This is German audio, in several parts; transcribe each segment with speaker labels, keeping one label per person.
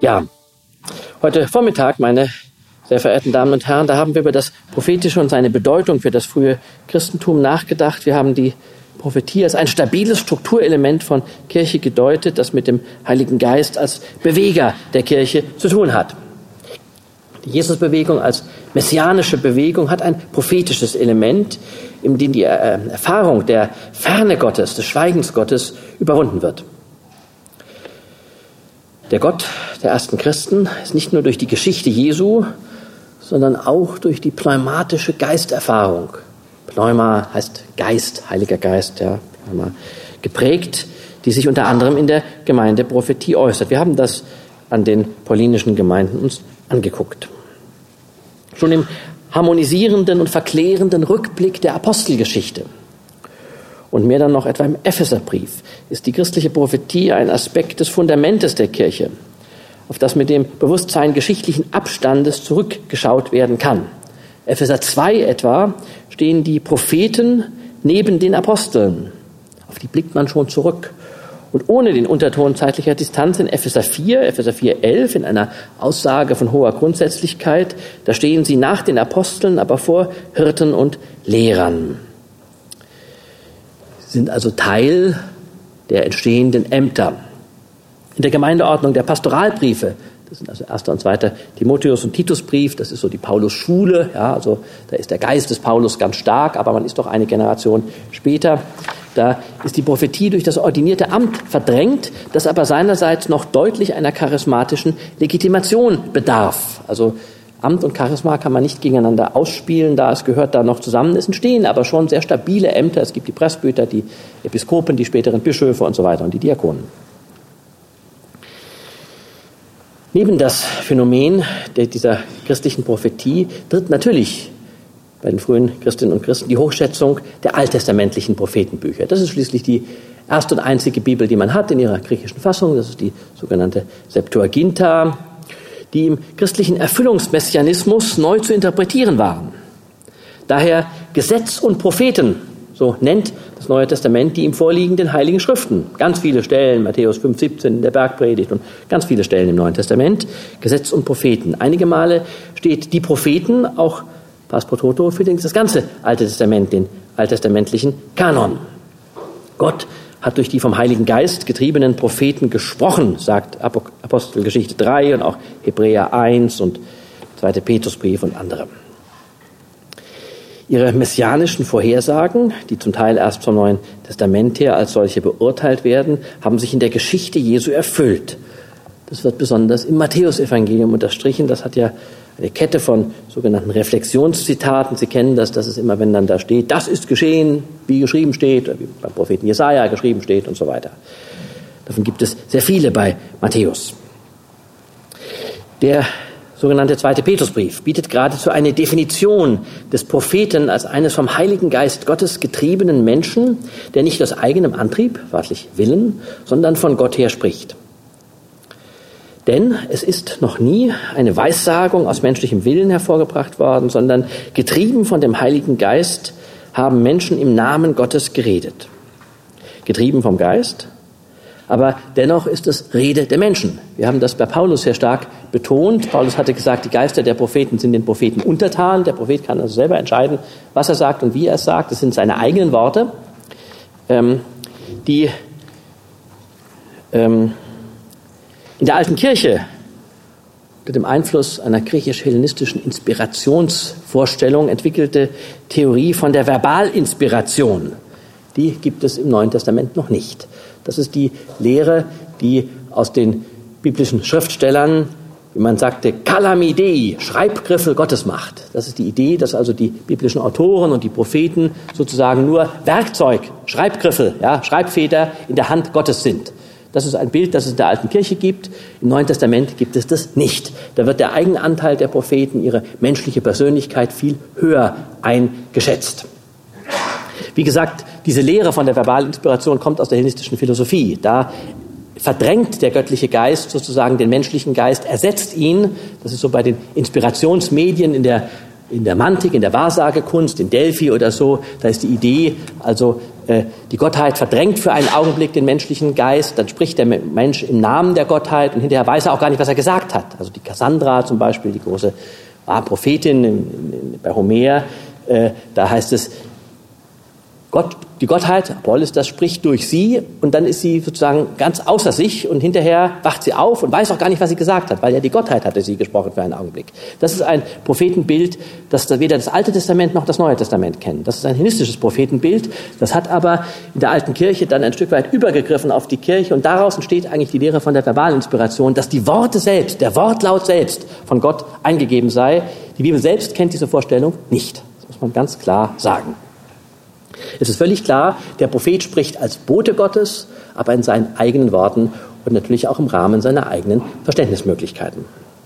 Speaker 1: Ja, heute Vormittag, meine sehr verehrten Damen und Herren, da haben wir über das Prophetische und seine Bedeutung für das frühe Christentum nachgedacht. Wir haben die Prophetie als ein stabiles Strukturelement von Kirche gedeutet, das mit dem Heiligen Geist als Beweger der Kirche zu tun hat. Die Jesusbewegung als messianische Bewegung hat ein prophetisches Element, in dem die Erfahrung der Ferne Gottes, des Schweigens Gottes überwunden wird. Der Gott der ersten Christen ist nicht nur durch die Geschichte Jesu, sondern auch durch die pneumatische Geisterfahrung. Pneuma heißt Geist, Heiliger Geist, ja, geprägt, die sich unter anderem in der Gemeindeprophetie äußert. Wir haben das an den paulinischen Gemeinden uns angeguckt. Schon im harmonisierenden und verklärenden Rückblick der Apostelgeschichte und mehr dann noch etwa im Epheserbrief ist die christliche Prophetie ein Aspekt des Fundamentes der Kirche, auf das mit dem Bewusstsein geschichtlichen Abstandes zurückgeschaut werden kann. Epheser 2 etwa stehen die Propheten neben den Aposteln. Auf die blickt man schon zurück. Und ohne den Unterton zeitlicher Distanz in Epheser 4:11, in einer Aussage von hoher Grundsätzlichkeit, da stehen sie nach den Aposteln, aber vor Hirten und Lehrern. Sie sind also Teil der entstehenden Ämter. In der Gemeindeordnung der Pastoralbriefe, das sind also 1. und 2. Timotheus- und Titusbrief, das ist so die Paulus-Schule, ja, also da ist der Geist des Paulus ganz stark, aber man ist doch eine Generation später. Da ist die Prophetie durch das ordinierte Amt verdrängt, das aber seinerseits noch deutlich einer charismatischen Legitimation bedarf. Also Amt und Charisma kann man nicht gegeneinander ausspielen, da es gehört da noch zusammen. Es entstehen aber schon sehr stabile Ämter. Es gibt die Presbyter, die Episkopen, die späteren Bischöfe und so weiter und die Diakonen. Neben das Phänomen dieser christlichen Prophetie tritt natürlich bei den frühen Christinnen und Christen die Hochschätzung der alttestamentlichen Prophetenbücher. Das ist schließlich die erste und einzige Bibel, die man hat in ihrer griechischen Fassung. Das ist die sogenannte Septuaginta, die im christlichen Erfüllungsmessianismus neu zu interpretieren waren. Daher Gesetz und Propheten, so nennt das Neue Testament die ihm vorliegenden Heiligen Schriften. Ganz viele Stellen, Matthäus 5,17 in der Bergpredigt und ganz viele Stellen im Neuen Testament, Gesetz und Propheten. Einige Male steht die Propheten auch Pars pro toto für das ganze Alte Testament, den alttestamentlichen Kanon. Gott hat durch die vom Heiligen Geist getriebenen Propheten gesprochen, sagt Apostelgeschichte 3 und auch Hebräer 1 und 2. Petrusbrief und andere. Ihre messianischen Vorhersagen, die zum Teil erst vom Neuen Testament her als solche beurteilt werden, haben sich in der Geschichte Jesu erfüllt. Das wird besonders im Matthäusevangelium unterstrichen. Das hat ja eine Kette von sogenannten Reflexionszitaten. Sie kennen das, dass es immer, wenn dann da steht, das ist geschehen, wie geschrieben steht, oder wie beim Propheten Jesaja geschrieben steht und so weiter. Davon gibt es sehr viele bei Matthäus. Der sogenannte 2. Petrusbrief bietet geradezu eine Definition des Propheten als eines vom Heiligen Geist Gottes getriebenen Menschen, der nicht aus eigenem Antrieb, wörtlich Willen, sondern von Gott her spricht. Denn es ist noch nie eine Weissagung aus menschlichem Willen hervorgebracht worden, sondern getrieben von dem Heiligen Geist haben Menschen im Namen Gottes geredet. Getrieben vom Geist, aber dennoch ist es Rede der Menschen. Wir haben das bei Paulus sehr stark betont. Paulus hatte gesagt, die Geister der Propheten sind den Propheten untertan. Der Prophet kann also selber entscheiden, was er sagt und wie er es sagt. Das sind seine eigenen Worte, die in der alten Kirche unter dem Einfluss einer griechisch-hellenistischen Inspirationsvorstellung entwickelte Theorie von der Verbalinspiration. Die gibt es im Neuen Testament noch nicht. Das ist die Lehre, die aus den biblischen Schriftstellern, wie man sagte, Kalamidei, Schreibgriffe Gottes macht. Das ist die Idee, dass also die biblischen Autoren und die Propheten sozusagen nur Werkzeug, Schreibgriffe, ja, Schreibfeder in der Hand Gottes sind. Das ist ein Bild, das es in der alten Kirche gibt. Im Neuen Testament gibt es das nicht. Da wird der Eigenanteil der Propheten, ihre menschliche Persönlichkeit viel höher eingeschätzt. Wie gesagt, diese Lehre von der Verbalinspiration kommt aus der hellenistischen Philosophie. Da verdrängt der göttliche Geist sozusagen den menschlichen Geist, ersetzt ihn. Das ist so bei den Inspirationsmedien in der Mantik, in der Wahrsagekunst, in Delphi oder so. Da ist die Idee, also die Gottheit verdrängt für einen Augenblick den menschlichen Geist, dann spricht der Mensch im Namen der Gottheit und hinterher weiß er auch gar nicht, was er gesagt hat. Also die Kassandra zum Beispiel, die große Prophetin bei Homer, da heißt es, die Gottheit, Apollos, das spricht durch sie und dann ist sie sozusagen ganz außer sich und hinterher wacht sie auf und weiß auch gar nicht, was sie gesagt hat, weil ja die Gottheit hatte sie gesprochen für einen Augenblick. Das ist ein Prophetenbild, das weder das Alte Testament noch das Neue Testament kennen. Das ist ein hellenistisches Prophetenbild. Das hat aber in der alten Kirche dann ein Stück weit übergegriffen auf die Kirche und daraus entsteht eigentlich die Lehre von der Verbalinspiration, dass die Worte selbst, der Wortlaut selbst von Gott eingegeben sei. Die Bibel selbst kennt diese Vorstellung nicht. Das muss man ganz klar sagen. Es ist völlig klar, der Prophet spricht als Bote Gottes, aber in seinen eigenen Worten und natürlich auch im Rahmen seiner eigenen Verständnismöglichkeiten.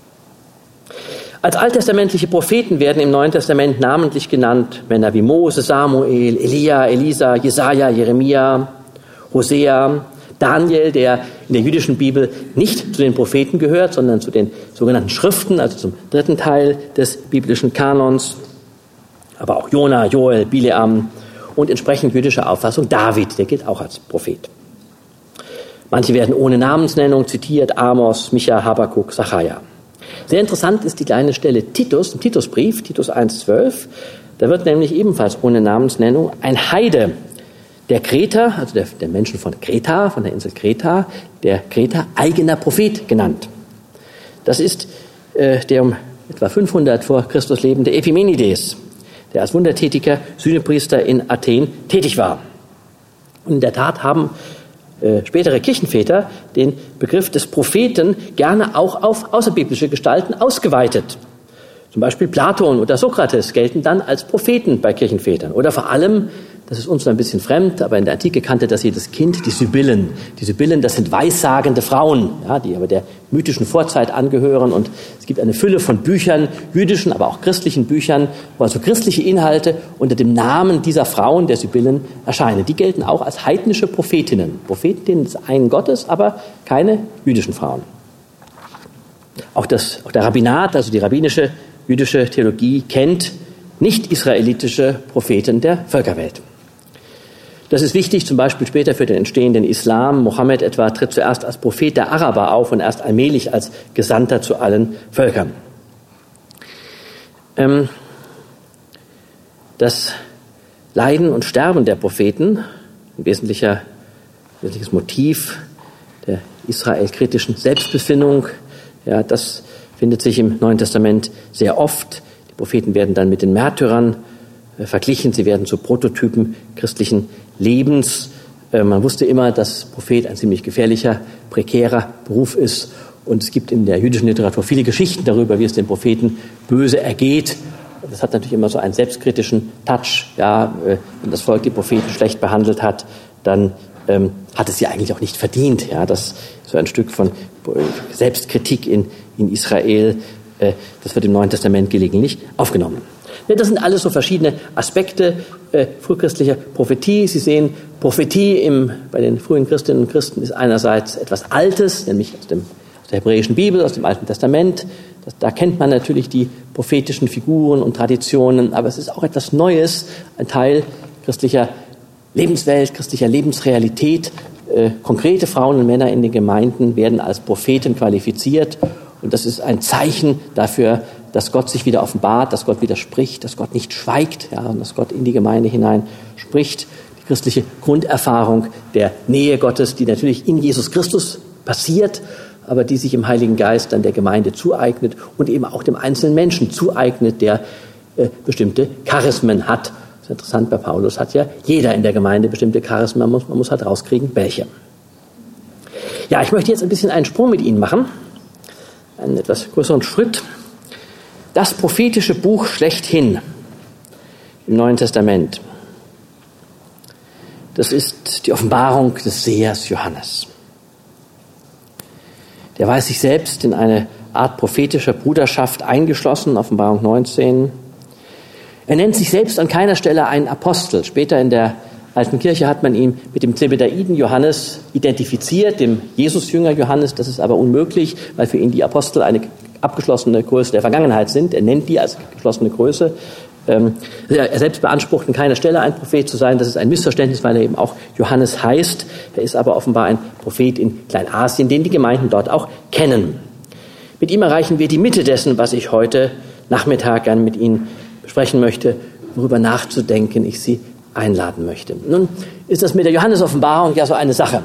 Speaker 1: Als alttestamentliche Propheten werden im Neuen Testament namentlich genannt Männer wie Mose, Samuel, Elia, Elisa, Jesaja, Jeremia, Hosea, Daniel, der in der jüdischen Bibel nicht zu den Propheten gehört, sondern zu den sogenannten Schriften, also zum dritten Teil des biblischen Kanons, aber auch Jona, Joel, Bileam, und entsprechend jüdischer Auffassung David, der gilt auch als Prophet. Manche werden ohne Namensnennung zitiert, Amos, Micha, Habakuk, Sacharja. Sehr interessant ist die kleine Stelle Titus, im Titusbrief, Titus 1,12. Da wird nämlich ebenfalls ohne Namensnennung ein Heide, der Kreter, also der Menschen von Kreta, von der Insel Kreta, der Kreter eigener Prophet genannt. Das ist der um etwa 500 vor Christus lebende Epimenides, der als wundertätiger Sühnepriester in Athen tätig war. Und in der Tat haben spätere Kirchenväter den Begriff des Propheten gerne auch auf außerbiblische Gestalten ausgeweitet. Zum Beispiel Platon oder Sokrates gelten dann als Propheten bei Kirchenvätern. Oder vor allem, das ist uns noch ein bisschen fremd, aber in der Antike kannte das jedes Kind, die Sibyllen. Die Sibyllen, das sind weissagende Frauen, ja, die aber der mythischen Vorzeit angehören. Und es gibt eine Fülle von Büchern, jüdischen, aber auch christlichen Büchern, wo also christliche Inhalte unter dem Namen dieser Frauen, der Sibyllen, erscheinen. Die gelten auch als heidnische Prophetinnen. Prophetinnen des einen Gottes, aber keine jüdischen Frauen. Auch der Rabbinat, also die rabbinische jüdische Theologie, kennt nicht-israelitische Propheten der Völkerwelt. Das ist wichtig, zum Beispiel später für den entstehenden Islam. Mohammed etwa tritt zuerst als Prophet der Araber auf und erst allmählich als Gesandter zu allen Völkern. Das Leiden und Sterben der Propheten, ein wesentliches Motiv der israelkritischen Selbstbesinnung, ja, das findet sich im Neuen Testament sehr oft. Die Propheten werden dann mit den Märtyrern verglichen, sie werden zu Prototypen christlichen Lebens. Man wusste immer, dass Prophet ein ziemlich gefährlicher, prekärer Beruf ist. Und es gibt in der jüdischen Literatur viele Geschichten darüber, wie es den Propheten böse ergeht. Das hat natürlich immer so einen selbstkritischen Touch. Ja, wenn das Volk die Propheten schlecht behandelt hat, dann hat es sie eigentlich auch nicht verdient. Ja, das so ein Stück von Selbstkritik in Israel, das wird im Neuen Testament gelegentlich aufgenommen. Ja, das sind alles so verschiedene Aspekte frühchristlicher Prophetie. Sie sehen, Prophetie bei den frühen Christinnen und Christen ist einerseits etwas Altes, nämlich aus der hebräischen Bibel, aus dem Alten Testament. Da kennt man natürlich die prophetischen Figuren und Traditionen, aber es ist auch etwas Neues, ein Teil christlicher Lebenswelt, christlicher Lebensrealität. Konkrete Frauen und Männer in den Gemeinden werden als Propheten qualifiziert. Und das ist ein Zeichen dafür, dass Gott sich wieder offenbart, dass Gott wieder spricht, dass Gott nicht schweigt, ja, und dass Gott in die Gemeinde hinein spricht. Die christliche Grunderfahrung der Nähe Gottes, die natürlich in Jesus Christus passiert, aber die sich im Heiligen Geist dann der Gemeinde zueignet und eben auch dem einzelnen Menschen zueignet, der bestimmte Charismen hat. Das ist interessant, bei Paulus hat ja jeder in der Gemeinde bestimmte Charismen, man muss halt rauskriegen, welche. Ja, ich möchte jetzt ein bisschen einen Sprung mit Ihnen machen, einen etwas größeren Schritt. Das prophetische Buch schlechthin im Neuen Testament, das ist die Offenbarung des Sehers Johannes. Der weiß sich selbst in eine Art prophetischer Bruderschaft eingeschlossen, Offenbarung 19. Er nennt sich selbst an keiner Stelle einen Apostel. Später in der alten Kirche hat man ihn mit dem Zebedaiden Johannes identifiziert, dem Jesus-Jünger Johannes. Das ist aber unmöglich, weil für ihn die Apostel eine abgeschlossene Größe der Vergangenheit sind. Er nennt die als geschlossene Größe. Er selbst beansprucht an keiner Stelle ein Prophet zu sein. Das ist ein Missverständnis, weil er eben auch Johannes heißt. Er ist aber offenbar ein Prophet in Kleinasien, den die Gemeinden dort auch kennen. Mit ihm erreichen wir die Mitte dessen, was ich heute Nachmittag gern mit Ihnen besprechen möchte, worüber nachzudenken ich Sie einladen möchte. Nun ist das mit der Johannes-Offenbarung ja so eine Sache.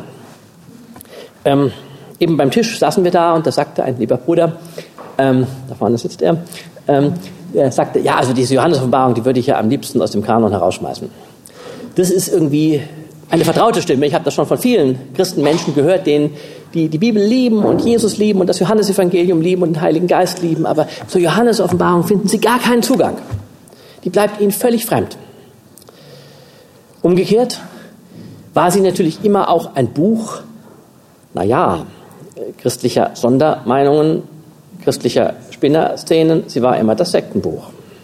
Speaker 1: Eben beim Tisch saßen wir da und da sagte ein lieber Bruder, da vorne sitzt er sagte, ja, also diese Johannes-Offenbarung, die würde ich ja am liebsten aus dem Kanon herausschmeißen. Das ist irgendwie eine vertraute Stimme. Ich habe das schon von vielen Christenmenschen gehört, denen die Bibel lieben und Jesus lieben und das Johannesevangelium lieben und den Heiligen Geist lieben, aber zur Johannes-Offenbarung finden sie gar keinen Zugang. Die bleibt ihnen völlig fremd. Umgekehrt war sie natürlich immer auch ein Buch, christlicher Sondermeinungen, christlicher Spinnerszenen. Sie war immer das Sektenbuch.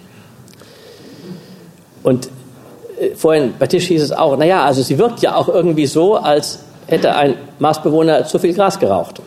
Speaker 1: Und vorhin bei Tisch hieß es auch, also sie wirkt ja auch irgendwie so, als hätte ein Marsbewohner zu viel Gras geraucht.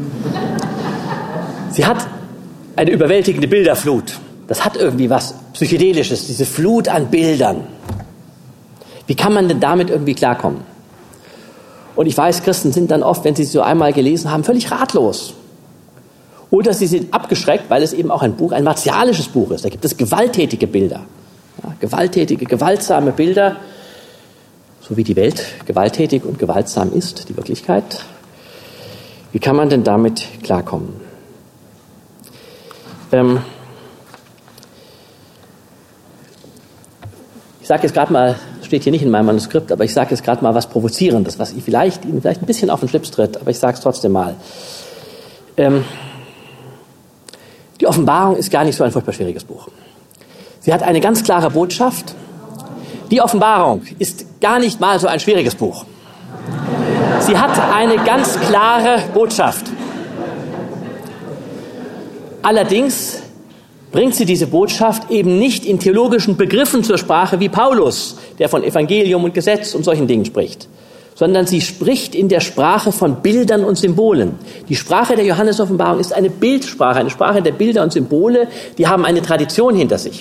Speaker 1: Sie hat eine überwältigende Bilderflut. Das hat irgendwie was Psychedelisches, diese Flut an Bildern. Wie kann man denn damit irgendwie klarkommen? Und ich weiß, Christen sind dann oft, wenn sie so einmal gelesen haben, völlig ratlos. Oder sie sind abgeschreckt, weil es eben auch ein martialisches Buch ist. Da gibt es gewalttätige Bilder. Ja, gewalttätige, gewaltsame Bilder, so wie die Welt gewalttätig und gewaltsam ist, die Wirklichkeit. Wie kann man denn damit klarkommen? Ich sage jetzt gerade mal, steht hier nicht in meinem Manuskript, aber ich sage jetzt gerade mal was Provozierendes, was Ihnen vielleicht ein bisschen auf den Schlips tritt, aber ich sage es trotzdem mal. Die Offenbarung ist gar nicht so ein furchtbar schwieriges Buch. Sie hat eine ganz klare Botschaft. Die Offenbarung ist gar nicht mal so ein schwieriges Buch. Sie hat eine ganz klare Botschaft. Allerdings bringt sie diese Botschaft eben nicht in theologischen Begriffen zur Sprache wie Paulus, der von Evangelium und Gesetz und solchen Dingen spricht, sondern sie spricht in der Sprache von Bildern und Symbolen. Die Sprache der Johannes-Offenbarung ist eine Bildsprache, eine Sprache der Bilder und Symbole, die haben eine Tradition hinter sich.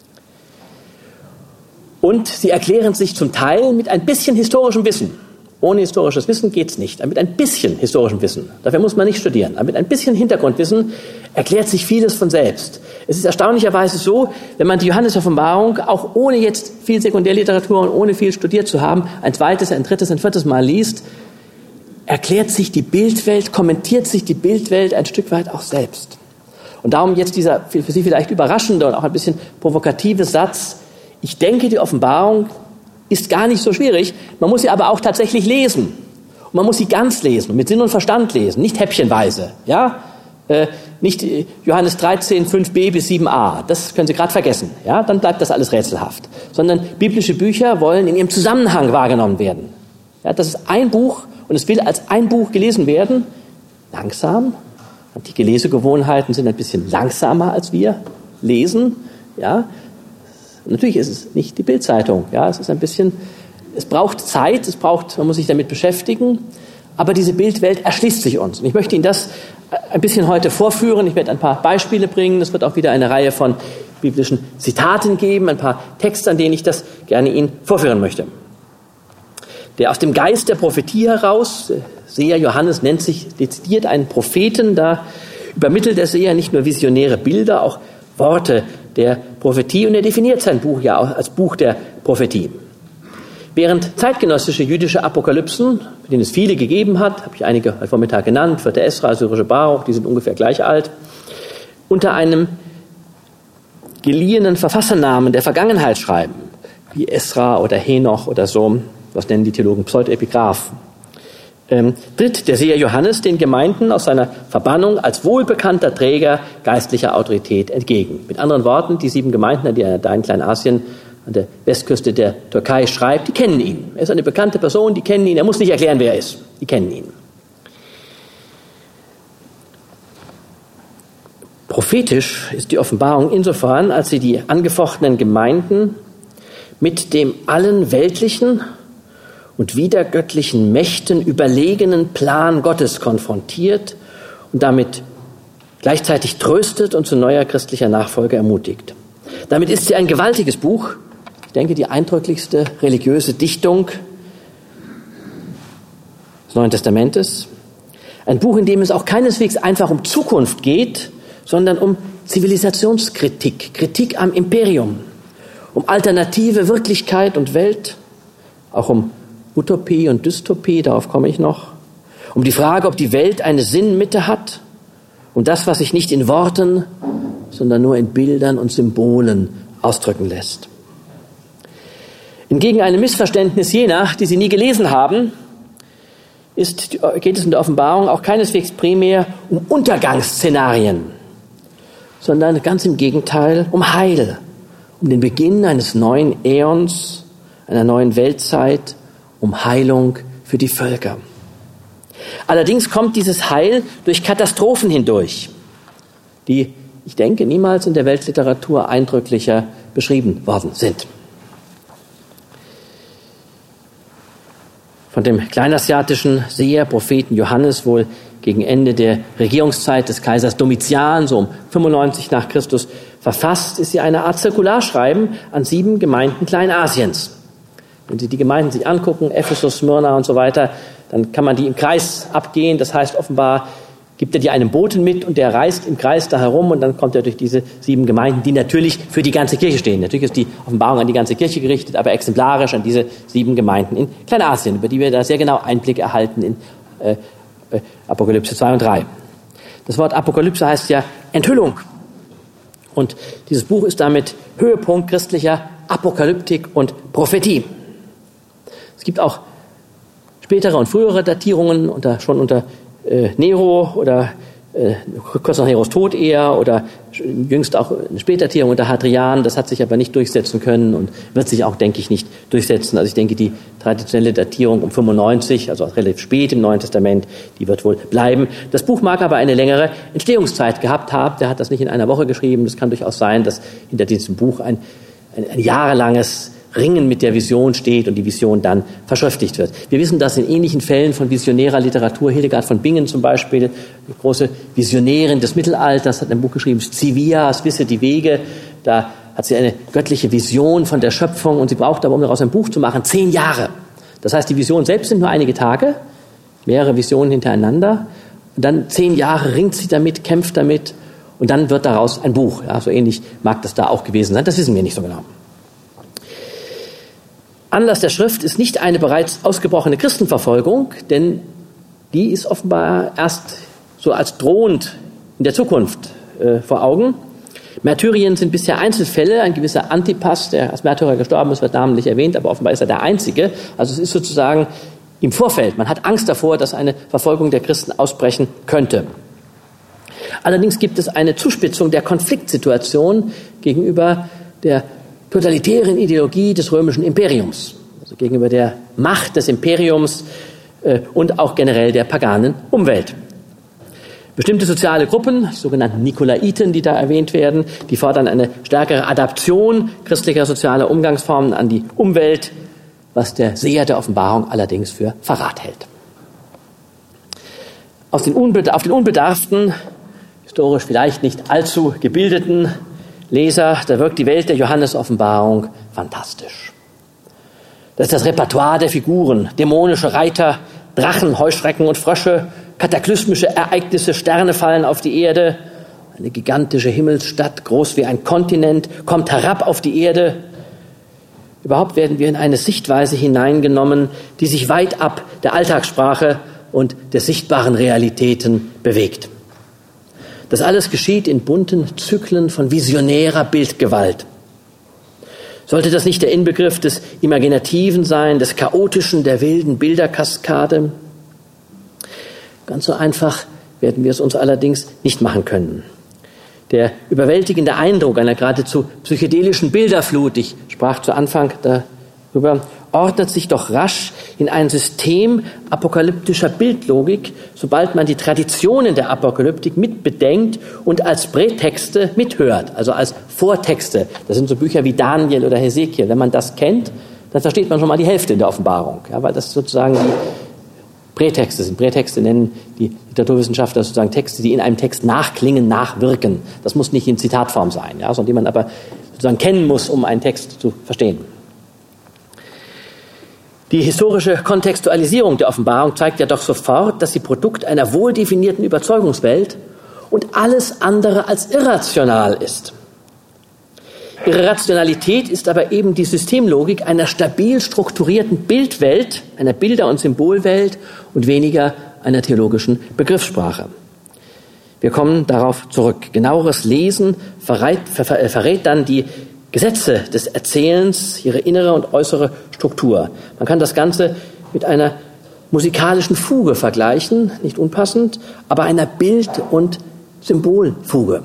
Speaker 1: Und sie erklären sich zum Teil mit ein bisschen historischem Wissen. Ohne historisches Wissen geht's nicht. Mit ein bisschen historischem Wissen, dafür muss man nicht studieren, aber mit ein bisschen Hintergrundwissen erklärt sich vieles von selbst. Es ist erstaunlicherweise so, wenn man die Johannes-Offenbarung auch ohne jetzt viel Sekundärliteratur und ohne viel studiert zu haben, ein zweites, ein drittes, ein viertes Mal liest, erklärt sich die Bildwelt, kommentiert sich die Bildwelt ein Stück weit auch selbst. Und darum jetzt dieser für Sie vielleicht überraschende und auch ein bisschen provokative Satz: Ich denke, die Offenbarung ist gar nicht so schwierig, man muss sie aber auch tatsächlich lesen. Und man muss sie ganz lesen, mit Sinn und Verstand lesen, nicht häppchenweise. Ja? Nicht Johannes 13, 5b bis 7a, das können Sie gerade vergessen. Ja? Dann bleibt das alles rätselhaft. Sondern biblische Bücher wollen in ihrem Zusammenhang wahrgenommen werden. Ja, das ist ein Buch und es will als ein Buch gelesen werden, langsam. Antike Lesegewohnheiten sind ein bisschen langsamer als wir lesen. Ja? Natürlich ist es nicht die Bild-Zeitung. Ja, es ist ein bisschen, es braucht Zeit, man muss sich damit beschäftigen, aber diese Bildwelt erschließt sich uns. Und ich möchte Ihnen das ein bisschen heute vorführen. Ich werde ein paar Beispiele bringen. Es wird auch wieder eine Reihe von biblischen Zitaten geben, ein paar Texte, an denen ich das gerne Ihnen vorführen möchte. Der aus dem Geist der Prophetie heraus, Seher Johannes nennt sich dezidiert einen Propheten, da übermittelt der Seher nicht nur visionäre Bilder, auch Worte der Prophetie, und er definiert sein Buch ja auch als Buch der Prophetie. Während zeitgenössische jüdische Apokalypsen, für denen es viele gegeben hat, habe ich einige heute Vormittag genannt, 4. Esra, syrische Baruch, die sind ungefähr gleich alt, unter einem geliehenen Verfassernamen der Vergangenheit schreiben, wie Esra oder Henoch oder so, was nennen die Theologen Pseudepigraphen, tritt der Seher Johannes den Gemeinden aus seiner Verbannung als wohlbekannter Träger geistlicher Autorität entgegen. Mit anderen Worten, die 7 Gemeinden, die er da in Kleinasien an der Westküste der Türkei schreibt, die kennen ihn. Er ist eine bekannte Person, die kennen ihn. Er muss nicht erklären, wer er ist. Die kennen ihn. Prophetisch ist die Offenbarung insofern, als sie die angefochtenen Gemeinden mit dem allen weltlichen und widergöttlichen Mächten überlegenen Plan Gottes konfrontiert und damit gleichzeitig tröstet und zu neuer christlicher Nachfolge ermutigt. Damit ist sie ein gewaltiges Buch. Ich denke, die eindrücklichste religiöse Dichtung des Neuen Testamentes. Ein Buch, in dem es auch keineswegs einfach um Zukunft geht, sondern um Zivilisationskritik, Kritik am Imperium, um alternative Wirklichkeit und Welt, auch um Utopie und Dystopie, darauf komme ich noch, um die Frage, ob die Welt eine Sinnmitte hat, um das, was sich nicht in Worten, sondern nur in Bildern und Symbolen ausdrücken lässt. Entgegen einem Missverständnis jener, die Sie nie gelesen haben, geht es in der Offenbarung auch keineswegs primär um Untergangsszenarien, sondern ganz im Gegenteil um Heil, um den Beginn eines neuen Äons, einer neuen Weltzeit, um Heilung für die Völker. Allerdings kommt dieses Heil durch Katastrophen hindurch, die, ich denke, niemals in der Weltliteratur eindrücklicher beschrieben worden sind. Von dem kleinasiatischen Seher, Propheten Johannes, wohl gegen Ende der Regierungszeit des Kaisers Domitian, so um 95 nach Christus, verfasst, ist sie eine Art Zirkularschreiben an 7 Gemeinden Kleinasiens. Wenn Sie die Gemeinden sich angucken, Ephesus, Smyrna und so weiter, dann kann man die im Kreis abgehen. Das heißt, offenbar gibt er dir einen Boten mit und der reist im Kreis da herum und dann kommt er durch diese 7 Gemeinden, die natürlich für die ganze Kirche stehen. Natürlich ist die Offenbarung an die ganze Kirche gerichtet, aber exemplarisch an diese 7 Gemeinden in Kleinasien, über die wir da sehr genau Einblick erhalten in Apokalypse 2 und 3. Das Wort Apokalypse heißt ja Enthüllung. Und dieses Buch ist damit Höhepunkt christlicher Apokalyptik und Prophetie. Es gibt auch spätere und frühere Datierungen, schon unter Nero oder kurz nach Neros Tod eher oder jüngst auch eine Spätdatierung unter Hadrian. Das hat sich aber nicht durchsetzen können und wird sich auch, denke ich, nicht durchsetzen. Also ich denke, die traditionelle Datierung um 95, also relativ spät im Neuen Testament, die wird wohl bleiben. Das Buch mag aber eine längere Entstehungszeit gehabt haben. Der hat das nicht in einer Woche geschrieben. Es kann durchaus sein, dass hinter diesem Buch ein jahrelanges Ringen mit der Vision steht und die Vision dann verschriftlicht wird. Wir wissen, dass in ähnlichen Fällen von visionärer Literatur, Hildegard von Bingen zum Beispiel, eine große Visionärin des Mittelalters, hat ein Buch geschrieben, Scivia, es wisse die Wege. Da hat sie eine göttliche Vision von der Schöpfung und sie braucht aber, um daraus ein Buch zu machen, 10 Jahre. Das heißt, die Visionen selbst sind nur einige Tage, mehrere Visionen hintereinander. Und dann 10 Jahre ringt sie damit, kämpft damit und dann wird daraus ein Buch. Ja, so ähnlich mag das da auch gewesen sein, das wissen wir nicht so genau. Anlass der Schrift ist nicht eine bereits ausgebrochene Christenverfolgung, denn die ist offenbar erst so als drohend in der Zukunft vor Augen. Märtyrien sind bisher Einzelfälle. Ein gewisser Antipas, der als Märtyrer gestorben ist, wird namentlich erwähnt, aber offenbar ist er der Einzige. Also es ist sozusagen im Vorfeld. Man hat Angst davor, dass eine Verfolgung der Christen ausbrechen könnte. Allerdings gibt es eine Zuspitzung der Konfliktsituation gegenüber der totalitären Ideologie des römischen Imperiums, also gegenüber der Macht des Imperiums und auch generell der paganen Umwelt. Bestimmte soziale Gruppen, die sogenannten Nikolaiten, die da erwähnt werden, die fordern eine stärkere Adaption christlicher sozialer Umgangsformen an die Umwelt, was der Seher der Offenbarung allerdings für Verrat hält. Auf den unbedarften, historisch vielleicht nicht allzu gebildeten Leser, da wirkt die Welt der Johannes-Offenbarung fantastisch. Das ist das Repertoire der Figuren, dämonische Reiter, Drachen, Heuschrecken und Frösche, kataklysmische Ereignisse, Sterne fallen auf die Erde, eine gigantische Himmelsstadt, groß wie ein Kontinent, kommt herab auf die Erde. Überhaupt werden wir in eine Sichtweise hineingenommen, die sich weit ab der Alltagssprache und der sichtbaren Realitäten bewegt. Das alles geschieht in bunten Zyklen von visionärer Bildgewalt. Sollte das nicht der Inbegriff des Imaginativen sein, des Chaotischen, der wilden Bilderkaskade? Ganz so einfach werden wir es uns allerdings nicht machen können. Der überwältigende Eindruck einer geradezu psychedelischen Bilderflut, ich sprach zu Anfang darüber, ordnet sich doch rasch in ein System apokalyptischer Bildlogik, sobald man die Traditionen der Apokalyptik mitbedenkt und als Prätexte mithört, also als Vortexte. Das sind so Bücher wie Daniel oder Hesekiel. Wenn man das kennt, dann versteht man schon mal die Hälfte in der Offenbarung, ja, weil das sozusagen die Prätexte sind. Prätexte nennen die Literaturwissenschaftler sozusagen Texte, die in einem Text nachklingen, nachwirken. Das muss nicht in Zitatform sein, ja, sondern die man aber sozusagen kennen muss, um einen Text zu verstehen. Die historische Kontextualisierung der Offenbarung zeigt ja doch sofort, dass sie Produkt einer wohl definierten Überzeugungswelt und alles andere als irrational ist. Ihre Rationalität ist aber eben die Systemlogik einer stabil strukturierten Bildwelt, einer Bilder- und Symbolwelt und weniger einer theologischen Begriffssprache. Wir kommen darauf zurück. Genaueres Lesen verrät dann die Gesetze des Erzählens, ihre innere und äußere Struktur. Man kann das Ganze mit einer musikalischen Fuge vergleichen, nicht unpassend, aber einer Bild- und Symbolfuge.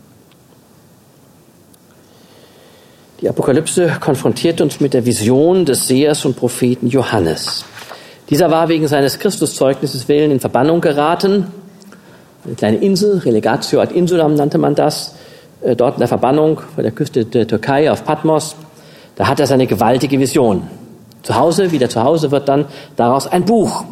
Speaker 1: Die Apokalypse konfrontiert uns mit der Vision des Sehers und Propheten Johannes. Dieser war wegen seines Christuszeugnisses willen in Verbannung geraten. Eine kleine Insel, Relegatio ad Insulam nannte man das, dort in der Verbannung vor der Küste der Türkei auf Patmos. Da hat er seine gewaltige Vision. Wieder zu Hause wird dann daraus ein Buch.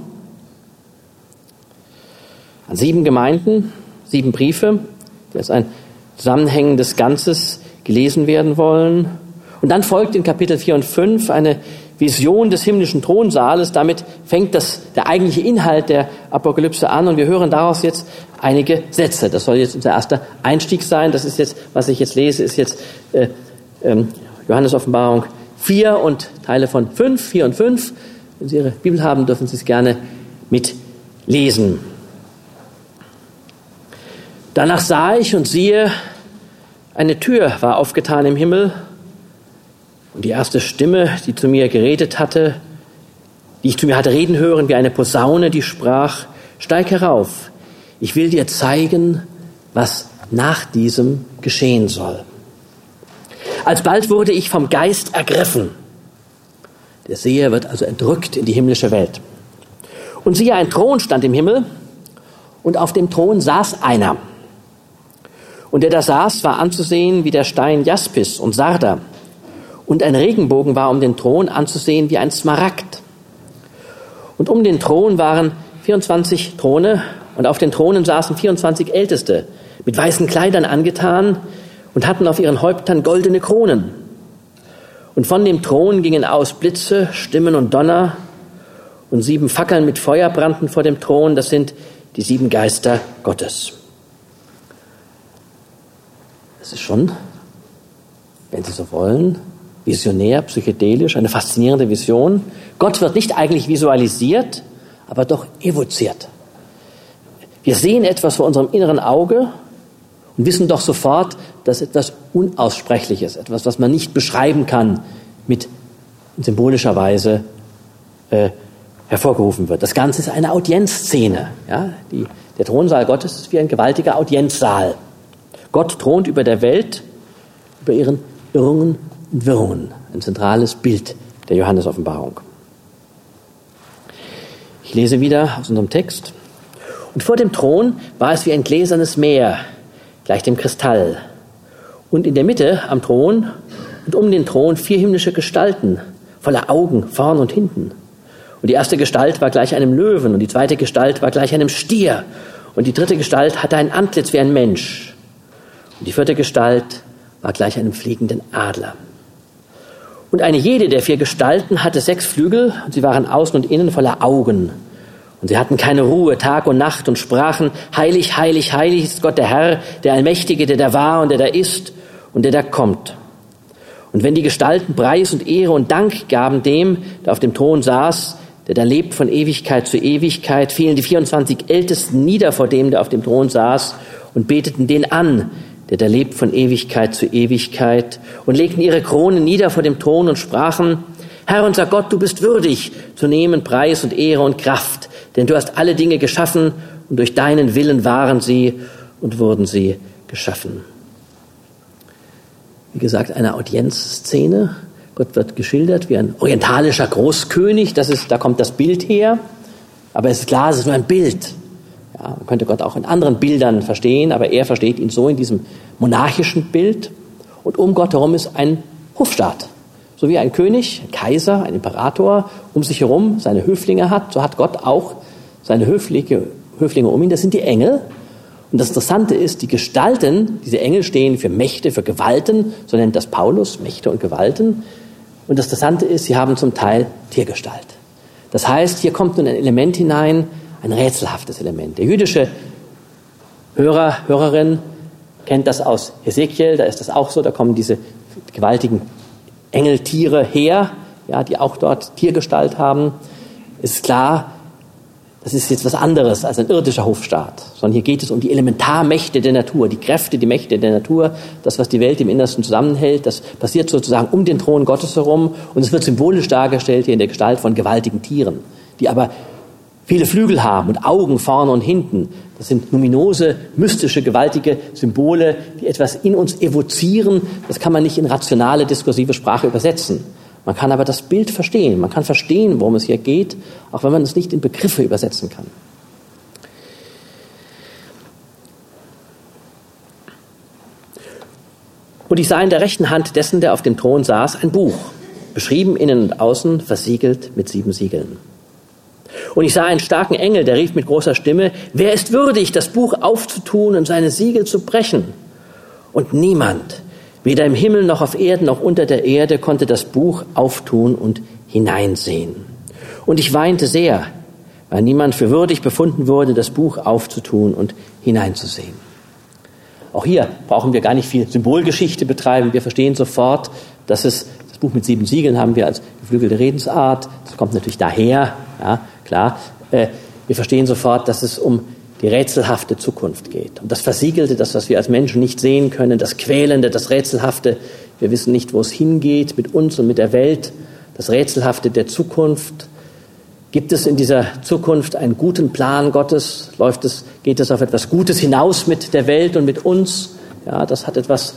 Speaker 1: An 7 Gemeinden, 7 Briefe, die als ein zusammenhängendes Ganzes gelesen werden wollen. Und dann folgt in Kapitel 4 und 5 eine Vision des himmlischen Thronsaales. Damit fängt der eigentliche Inhalt der Apokalypse an und wir hören daraus jetzt einige Sätze. Das soll jetzt unser erster Einstieg sein. Das ist jetzt, was ich jetzt lese, ist jetzt Johannes Offenbarung 4 und Teile von 4 und 5. Wenn Sie Ihre Bibel haben, dürfen Sie es gerne mitlesen. Danach sah ich und siehe, eine Tür war aufgetan im Himmel und die erste Stimme, die zu mir geredet hatte, die ich zu mir hatte reden hören, wie eine Posaune, die sprach, steig herauf, ich will dir zeigen, was nach diesem geschehen soll. Alsbald wurde ich vom Geist ergriffen. Der Seher wird also entrückt in die himmlische Welt. Und siehe, ein Thron stand im Himmel und auf dem Thron saß einer. Und der da saß, war anzusehen wie der Stein Jaspis und Sarder. Und ein Regenbogen war um den Thron anzusehen wie ein Smaragd. Und um den Thron waren 24 Throne und auf den Thronen saßen 24 Älteste mit weißen Kleidern angetan und hatten auf ihren Häuptern goldene Kronen. Und von dem Thron gingen aus Blitze, Stimmen und Donner und 7 Fackeln mit Feuer brannten vor dem Thron. Das sind die 7 Geister Gottes. Das ist schon, wenn Sie so wollen, visionär, psychedelisch, eine faszinierende Vision. Gott wird nicht eigentlich visualisiert, aber doch evoziert. Wir sehen etwas vor unserem inneren Auge und wissen doch sofort, dass etwas Unaussprechliches, etwas, was man nicht beschreiben kann, mit symbolischer Weise hervorgerufen wird. Das Ganze ist eine Audienzszene. Ja? Der Thronsaal Gottes ist wie ein gewaltiger Audienzsaal. Gott thront über der Welt, über ihren Irrungen und Wirrungen. Ein zentrales Bild der Johannes-Offenbarung. Ich lese wieder aus unserem Text. Und vor dem Thron war es wie ein gläsernes Meer, gleich dem Kristall. Und in der Mitte am Thron und um den Thron 4 himmlische Gestalten, voller Augen, vorn und hinten. Und die erste Gestalt war gleich einem Löwen und die zweite Gestalt war gleich einem Stier. Und die dritte Gestalt hatte ein Antlitz wie ein Mensch. Und die 4. Gestalt war gleich einem fliegenden Adler. Und eine jede der 4 Gestalten hatte 6 Flügel und sie waren außen und innen voller Augen. Und sie hatten keine Ruhe, Tag und Nacht und sprachen, heilig, heilig, heilig ist Gott der Herr, der Allmächtige, der da war und der da ist und der da kommt. Und wenn die Gestalten Preis und Ehre und Dank gaben dem, der auf dem Thron saß, der da lebt von Ewigkeit zu Ewigkeit, fielen die 24 Ältesten nieder vor dem, der auf dem Thron saß und beteten den an, der da lebt von Ewigkeit zu Ewigkeit, und legten ihre Kronen nieder vor dem Thron und sprachen, Herr unser Gott, du bist würdig zu nehmen Preis und Ehre und Kraft, denn du hast alle Dinge geschaffen und durch deinen Willen waren sie und wurden sie geschaffen. Wie gesagt, eine Audienzszene. Gott wird geschildert wie ein orientalischer Großkönig, da kommt das Bild her, aber es ist klar, es ist nur ein Bild. Ja, man könnte Gott auch in anderen Bildern verstehen, aber er versteht ihn so in diesem monarchischen Bild. Und um Gott herum ist ein Hofstaat. So wie ein König, ein Kaiser, ein Imperator um sich herum seine Höflinge hat, so hat Gott auch seine Höflinge um ihn. Das sind die Engel. Und das Interessante ist, die Gestalten, diese Engel stehen für Mächte, für Gewalten, so nennt das Paulus, Mächte und Gewalten. Und das Interessante ist, sie haben zum Teil Tiergestalt. Das heißt, hier kommt nun ein Element hinein, ein rätselhaftes Element. Der jüdische Hörerin kennt das aus Hesekiel, da ist das auch so, da kommen diese gewaltigen Engeltiere her, ja, die auch dort Tiergestalt haben. Es ist klar, das ist jetzt was anderes als ein irdischer Hofstaat, sondern hier geht es um die Elementarmächte der Natur, die Kräfte, die Mächte der Natur, das, was die Welt im Innersten zusammenhält, das passiert sozusagen um den Thron Gottes herum und es wird symbolisch dargestellt hier in der Gestalt von gewaltigen Tieren, die aber viele Flügel haben und Augen vorne und hinten. Das sind numinose, mystische, gewaltige Symbole, die etwas in uns evozieren. Das kann man nicht in rationale, diskursive Sprache übersetzen. Man kann aber das Bild verstehen. Man kann verstehen, worum es hier geht, auch wenn man es nicht in Begriffe übersetzen kann. Und ich sah in der rechten Hand dessen, der auf dem Thron saß, ein Buch, beschrieben innen und außen, versiegelt mit 7 Siegeln. Und ich sah einen starken Engel, der rief mit großer Stimme: Wer ist würdig, das Buch aufzutun und seine Siegel zu brechen? Und niemand, weder im Himmel noch auf Erden noch unter der Erde, konnte das Buch auftun und hineinsehen. Und ich weinte sehr, weil niemand für würdig befunden wurde, das Buch aufzutun und hineinzusehen. Auch hier brauchen wir gar nicht viel Symbolgeschichte betreiben. Wir verstehen sofort, dass das Buch mit 7 Siegeln haben wir als geflügelte Redensart. Das kommt natürlich daher, ja, klar. Wir verstehen sofort, dass es um die rätselhafte Zukunft geht. Um das Versiegelte, das, was wir als Menschen nicht sehen können, das Quälende, das Rätselhafte. Wir wissen nicht, wo es hingeht mit uns und mit der Welt. Das Rätselhafte der Zukunft. Gibt es in dieser Zukunft einen guten Plan Gottes? Geht es auf etwas Gutes hinaus mit der Welt und mit uns? Ja, das hat etwas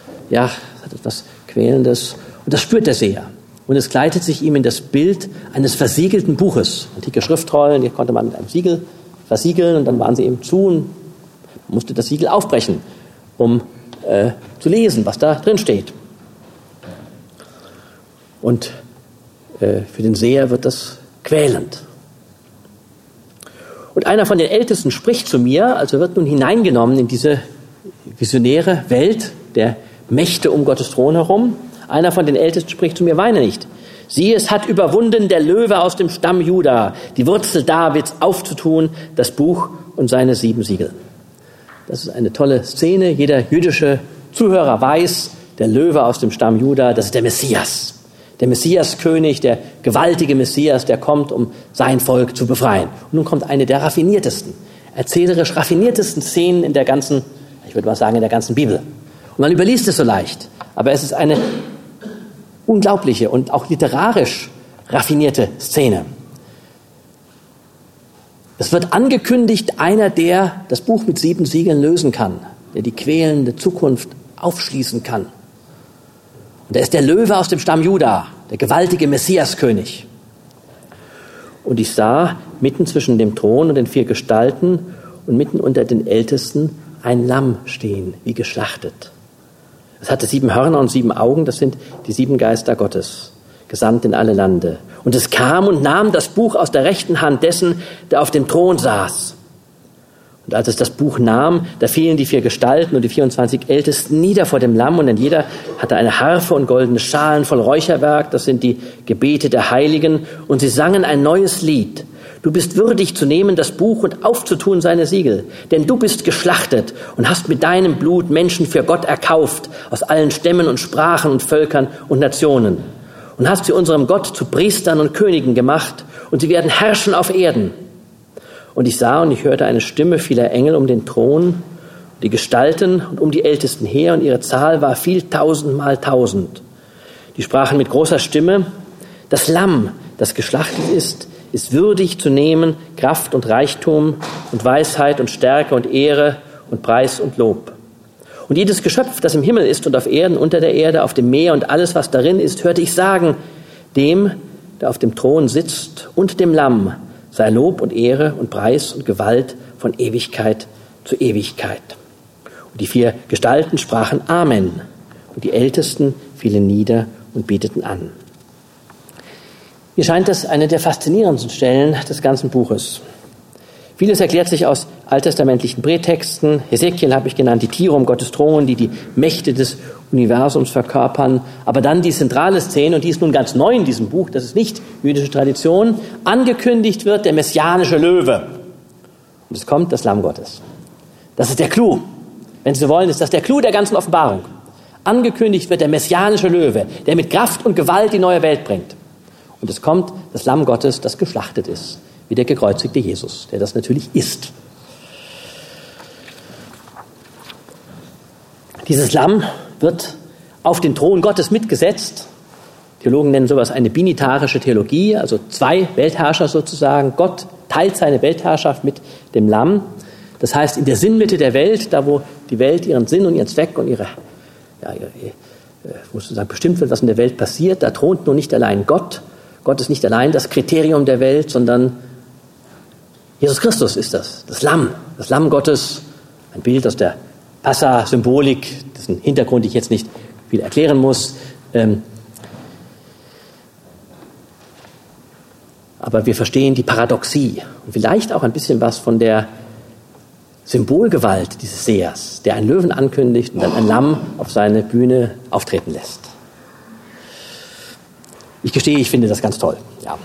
Speaker 1: Quälendes. Und das spürt der Seher. Und es gleitet sich ihm in das Bild eines versiegelten Buches. Antike Schriftrollen, die konnte man mit einem Siegel versiegeln und dann waren sie eben zu und man musste das Siegel aufbrechen, um zu lesen, was da drin steht. Und für den Seher wird das quälend. Und einer von den Ältesten spricht zu mir, also wird nun hineingenommen in diese visionäre Welt der Mächte um Gottes Thron herum. Einer von den Ältesten spricht zu mir: Weine nicht. Siehe, es hat überwunden der Löwe aus dem Stamm Juda, die Wurzel Davids, aufzutun, das Buch und seine 7 Siegel. Das ist eine tolle Szene. Jeder jüdische Zuhörer weiß, der Löwe aus dem Stamm Juda, das ist der Messias. Der Messiaskönig, der gewaltige Messias, der kommt, um sein Volk zu befreien. Und nun kommt eine der raffiniertesten, erzählerisch raffiniertesten Szenen in der ganzen, ich würde mal sagen, in der ganzen Bibel. Und man überliest es so leicht, aber es ist eine unglaubliche und auch literarisch raffinierte Szene. Es wird angekündigt, einer, der das Buch mit 7 Siegeln lösen kann, der die quälende Zukunft aufschließen kann. Und er ist der Löwe aus dem Stamm Juda, der gewaltige Messiaskönig. Und ich sah mitten zwischen dem Thron und den 4 Gestalten und mitten unter den Ältesten ein Lamm stehen, wie geschlachtet. Es hatte 7 Hörner und 7 Augen, das sind die 7 Geister Gottes, gesandt in alle Lande. Und es kam und nahm das Buch aus der rechten Hand dessen, der auf dem Thron saß. Und als es das Buch nahm, da fielen die 4 Gestalten und die 24 Ältesten nieder vor dem Lamm, und ein jeder hatte eine Harfe und goldene Schalen voll Räucherwerk, das sind die Gebete der Heiligen, und sie sangen ein neues Lied. Du bist würdig zu nehmen das Buch und aufzutun seine Siegel, denn du bist geschlachtet und hast mit deinem Blut Menschen für Gott erkauft, aus allen Stämmen und Sprachen und Völkern und Nationen, und hast sie unserem Gott zu Priestern und Königen gemacht, und sie werden herrschen auf Erden. Und ich sah und ich hörte eine Stimme vieler Engel um den Thron, die Gestalten und um die Ältesten her, und ihre Zahl war viel 1000 mal 1000. Die sprachen mit großer Stimme: Das Lamm, das geschlachtet ist würdig zu nehmen Kraft und Reichtum und Weisheit und Stärke und Ehre und Preis und Lob. Und jedes Geschöpf, das im Himmel ist und auf Erden, unter der Erde, auf dem Meer und alles, was darin ist, hörte ich sagen: Dem, der auf dem Thron sitzt, und dem Lamm sei Lob und Ehre und Preis und Gewalt von Ewigkeit zu Ewigkeit. Und die 4 Gestalten sprachen Amen. Und die Ältesten fielen nieder und beteten an. Mir scheint das eine der faszinierendsten Stellen des ganzen Buches. Vieles erklärt sich aus alttestamentlichen Prätexten. Hesekiel habe ich genannt, die Tiere um Gottes Thron, die die Mächte des Universums verkörpern. Aber dann die zentrale Szene, und die ist nun ganz neu in diesem Buch, das ist nicht jüdische Tradition, angekündigt wird der messianische Löwe. Und es kommt das Lamm Gottes. Das ist der Clou. Wenn Sie so wollen, ist das der Clou der ganzen Offenbarung. Angekündigt wird der messianische Löwe, der mit Kraft und Gewalt die neue Welt bringt. Und es kommt das Lamm Gottes, das geschlachtet ist, wie der gekreuzigte Jesus, der das natürlich ist. Dieses Lamm wird auf den Thron Gottes mitgesetzt. Theologen nennen sowas eine binitarische Theologie, also zwei Weltherrscher sozusagen. Gott teilt seine Weltherrschaft mit dem Lamm. Das heißt, in der Sinnmitte der Welt, da wo die Welt ihren Sinn und ihren Zweck und wo sozusagen bestimmt wird, was in der Welt passiert, da thront nun nicht allein Gott. Gott ist nicht allein das Kriterium der Welt, sondern Jesus Christus ist das Lamm Gottes, ein Bild aus der Passa-Symbolik, dessen Hintergrund ich jetzt nicht viel erklären muss. Aber wir verstehen die Paradoxie und vielleicht auch ein bisschen was von der Symbolgewalt dieses Sehers, der einen Löwen ankündigt und dann ein Lamm auf seine Bühne auftreten lässt. Ich gestehe, ich finde das ganz toll.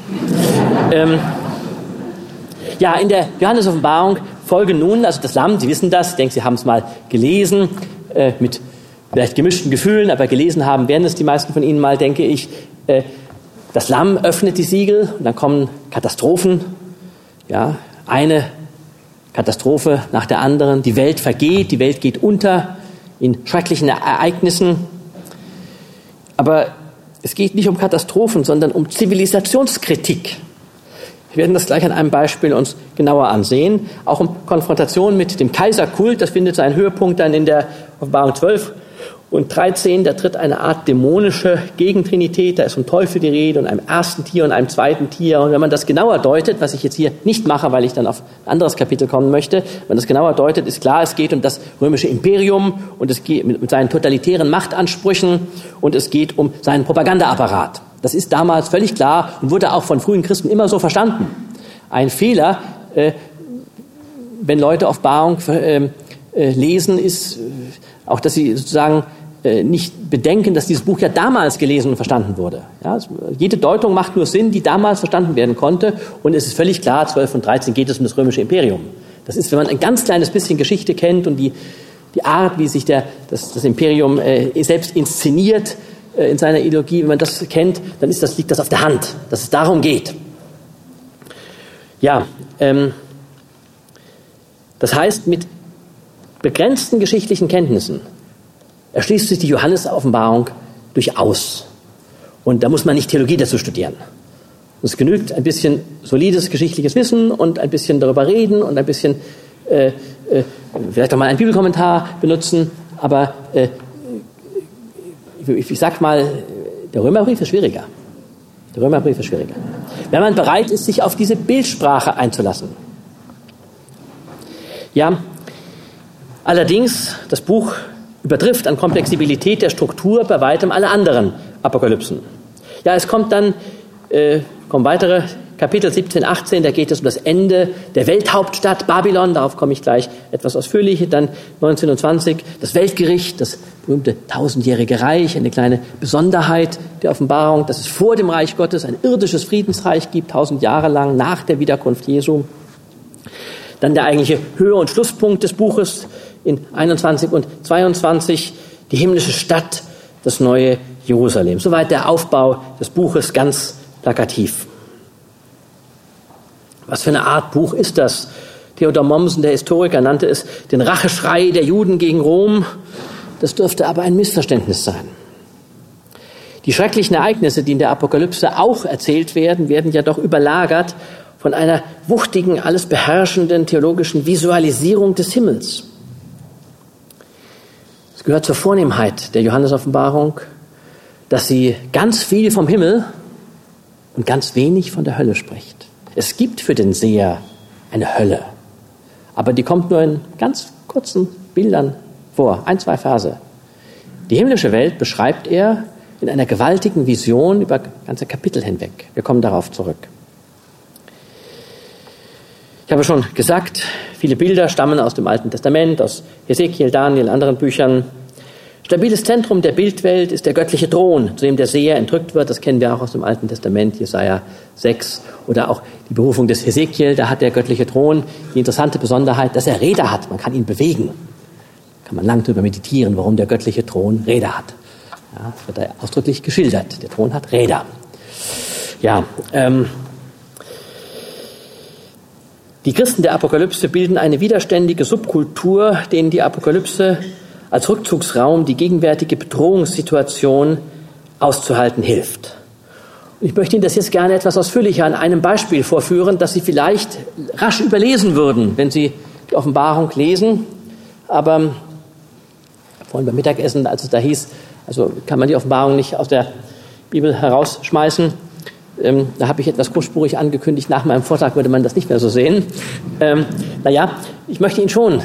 Speaker 1: Ja, in der Johannes-Offenbarung folgen nun, also das Lamm, Sie wissen das, ich denke, Sie haben es mal gelesen, mit vielleicht gemischten Gefühlen, aber gelesen haben werden es die meisten von Ihnen mal, denke ich. Das Lamm öffnet die Siegel und dann kommen Katastrophen, ja, eine Katastrophe nach der anderen. Die Welt vergeht, die Welt geht unter in schrecklichen Ereignissen. Aber es geht nicht um Katastrophen, sondern um Zivilisationskritik. Wir werden das gleich an einem Beispiel uns genauer ansehen. Auch um Konfrontation mit dem Kaiserkult, das findet seinen Höhepunkt dann in der Offenbarung 12 und 13. Da tritt eine Art dämonische Gegentrinität, da ist vom Teufel die Rede und einem ersten Tier und einem zweiten Tier. Und wenn man das genauer deutet, was ich jetzt hier nicht mache, weil ich dann auf ein anderes Kapitel kommen möchte, wenn man das genauer deutet, ist klar, es geht um das römische Imperium und es geht mit seinen totalitären Machtansprüchen und es geht um seinen Propagandaapparat. Das ist damals völlig klar und wurde auch von frühen Christen immer so verstanden. Ein Fehler, wenn Leute Offenbarung lesen, ist auch, dass sie sozusagen nicht bedenken, dass dieses Buch ja damals gelesen und verstanden wurde. Ja, jede Deutung macht nur Sinn, die damals verstanden werden konnte. Und es ist völlig klar, 12 und 13 geht es um das römische Imperium. Das ist, wenn man ein ganz kleines bisschen Geschichte kennt und die Art, wie sich das Imperium selbst inszeniert in seiner Ideologie, wenn man das kennt, dann liegt das auf der Hand, dass es darum geht. Ja, das heißt, mit begrenzten geschichtlichen Kenntnissen erschließt sich die Johannes-Offenbarung durchaus. Und da muss man nicht Theologie dazu studieren. Es genügt ein bisschen solides geschichtliches Wissen und ein bisschen darüber reden und ein bisschen vielleicht auch mal einen Bibelkommentar benutzen. Aber ich sag mal, der Römerbrief ist schwieriger. Wenn man bereit ist, sich auf diese Bildsprache einzulassen. Ja, allerdings, das Buch übertrifft an Komplexibilität der Struktur bei weitem alle anderen Apokalypsen. Ja, es kommen weitere Kapitel 17, 18, da geht es um das Ende der Welthauptstadt Babylon, darauf komme ich gleich etwas ausführlicher, dann 19 und 20, das Weltgericht, das berühmte 1000-jährige Reich, eine kleine Besonderheit der Offenbarung, dass es vor dem Reich Gottes ein irdisches Friedensreich gibt, 1000 Jahre lang nach der Wiederkunft Jesu. Dann der eigentliche Höhe- und Schlusspunkt des Buches in 21 und 22, die himmlische Stadt, das neue Jerusalem. Soweit der Aufbau des Buches ganz plakativ. Was für eine Art Buch ist das? Theodor Mommsen, der Historiker, nannte es den Racheschrei der Juden gegen Rom. Das dürfte aber ein Missverständnis sein. Die schrecklichen Ereignisse, die in der Apokalypse auch erzählt werden, werden ja doch überlagert von einer wuchtigen, alles beherrschenden theologischen Visualisierung des Himmels. Es gehört zur Vornehmheit der Johannes-Offenbarung, dass sie ganz viel vom Himmel und ganz wenig von der Hölle spricht. Es gibt für den Seher eine Hölle, aber die kommt nur in ganz kurzen Bildern vor, 1, 2 Verse. Die himmlische Welt beschreibt er in einer gewaltigen Vision über ganze Kapitel hinweg. Wir kommen darauf zurück. Ich habe schon gesagt, viele Bilder stammen aus dem Alten Testament, aus Hesekiel, Daniel, anderen Büchern. Stabiles Zentrum der Bildwelt ist der göttliche Thron, zu dem der Seher entrückt wird. Das kennen wir auch aus dem Alten Testament, Jesaja 6. Oder auch die Berufung des Hesekiel, da hat der göttliche Thron die interessante Besonderheit, dass er Räder hat. Man kann ihn bewegen. Kann man lang darüber meditieren, warum der göttliche Thron Räder hat. Ja, das wird da ausdrücklich geschildert. Der Thron hat Räder. Ja, die Christen der Apokalypse bilden eine widerständige Subkultur, denen die Apokalypse als Rückzugsraum die gegenwärtige Bedrohungssituation auszuhalten hilft. Und ich möchte Ihnen das jetzt gerne etwas ausführlicher an einem Beispiel vorführen, das Sie vielleicht rasch überlesen würden, wenn Sie die Offenbarung lesen. Aber vorhin beim Mittagessen, als es da hieß, also kann man die Offenbarung nicht aus der Bibel herausschmeißen, da habe ich etwas großspurig angekündigt, nach meinem Vortrag würde man das nicht mehr so sehen. Ich möchte Ihnen schon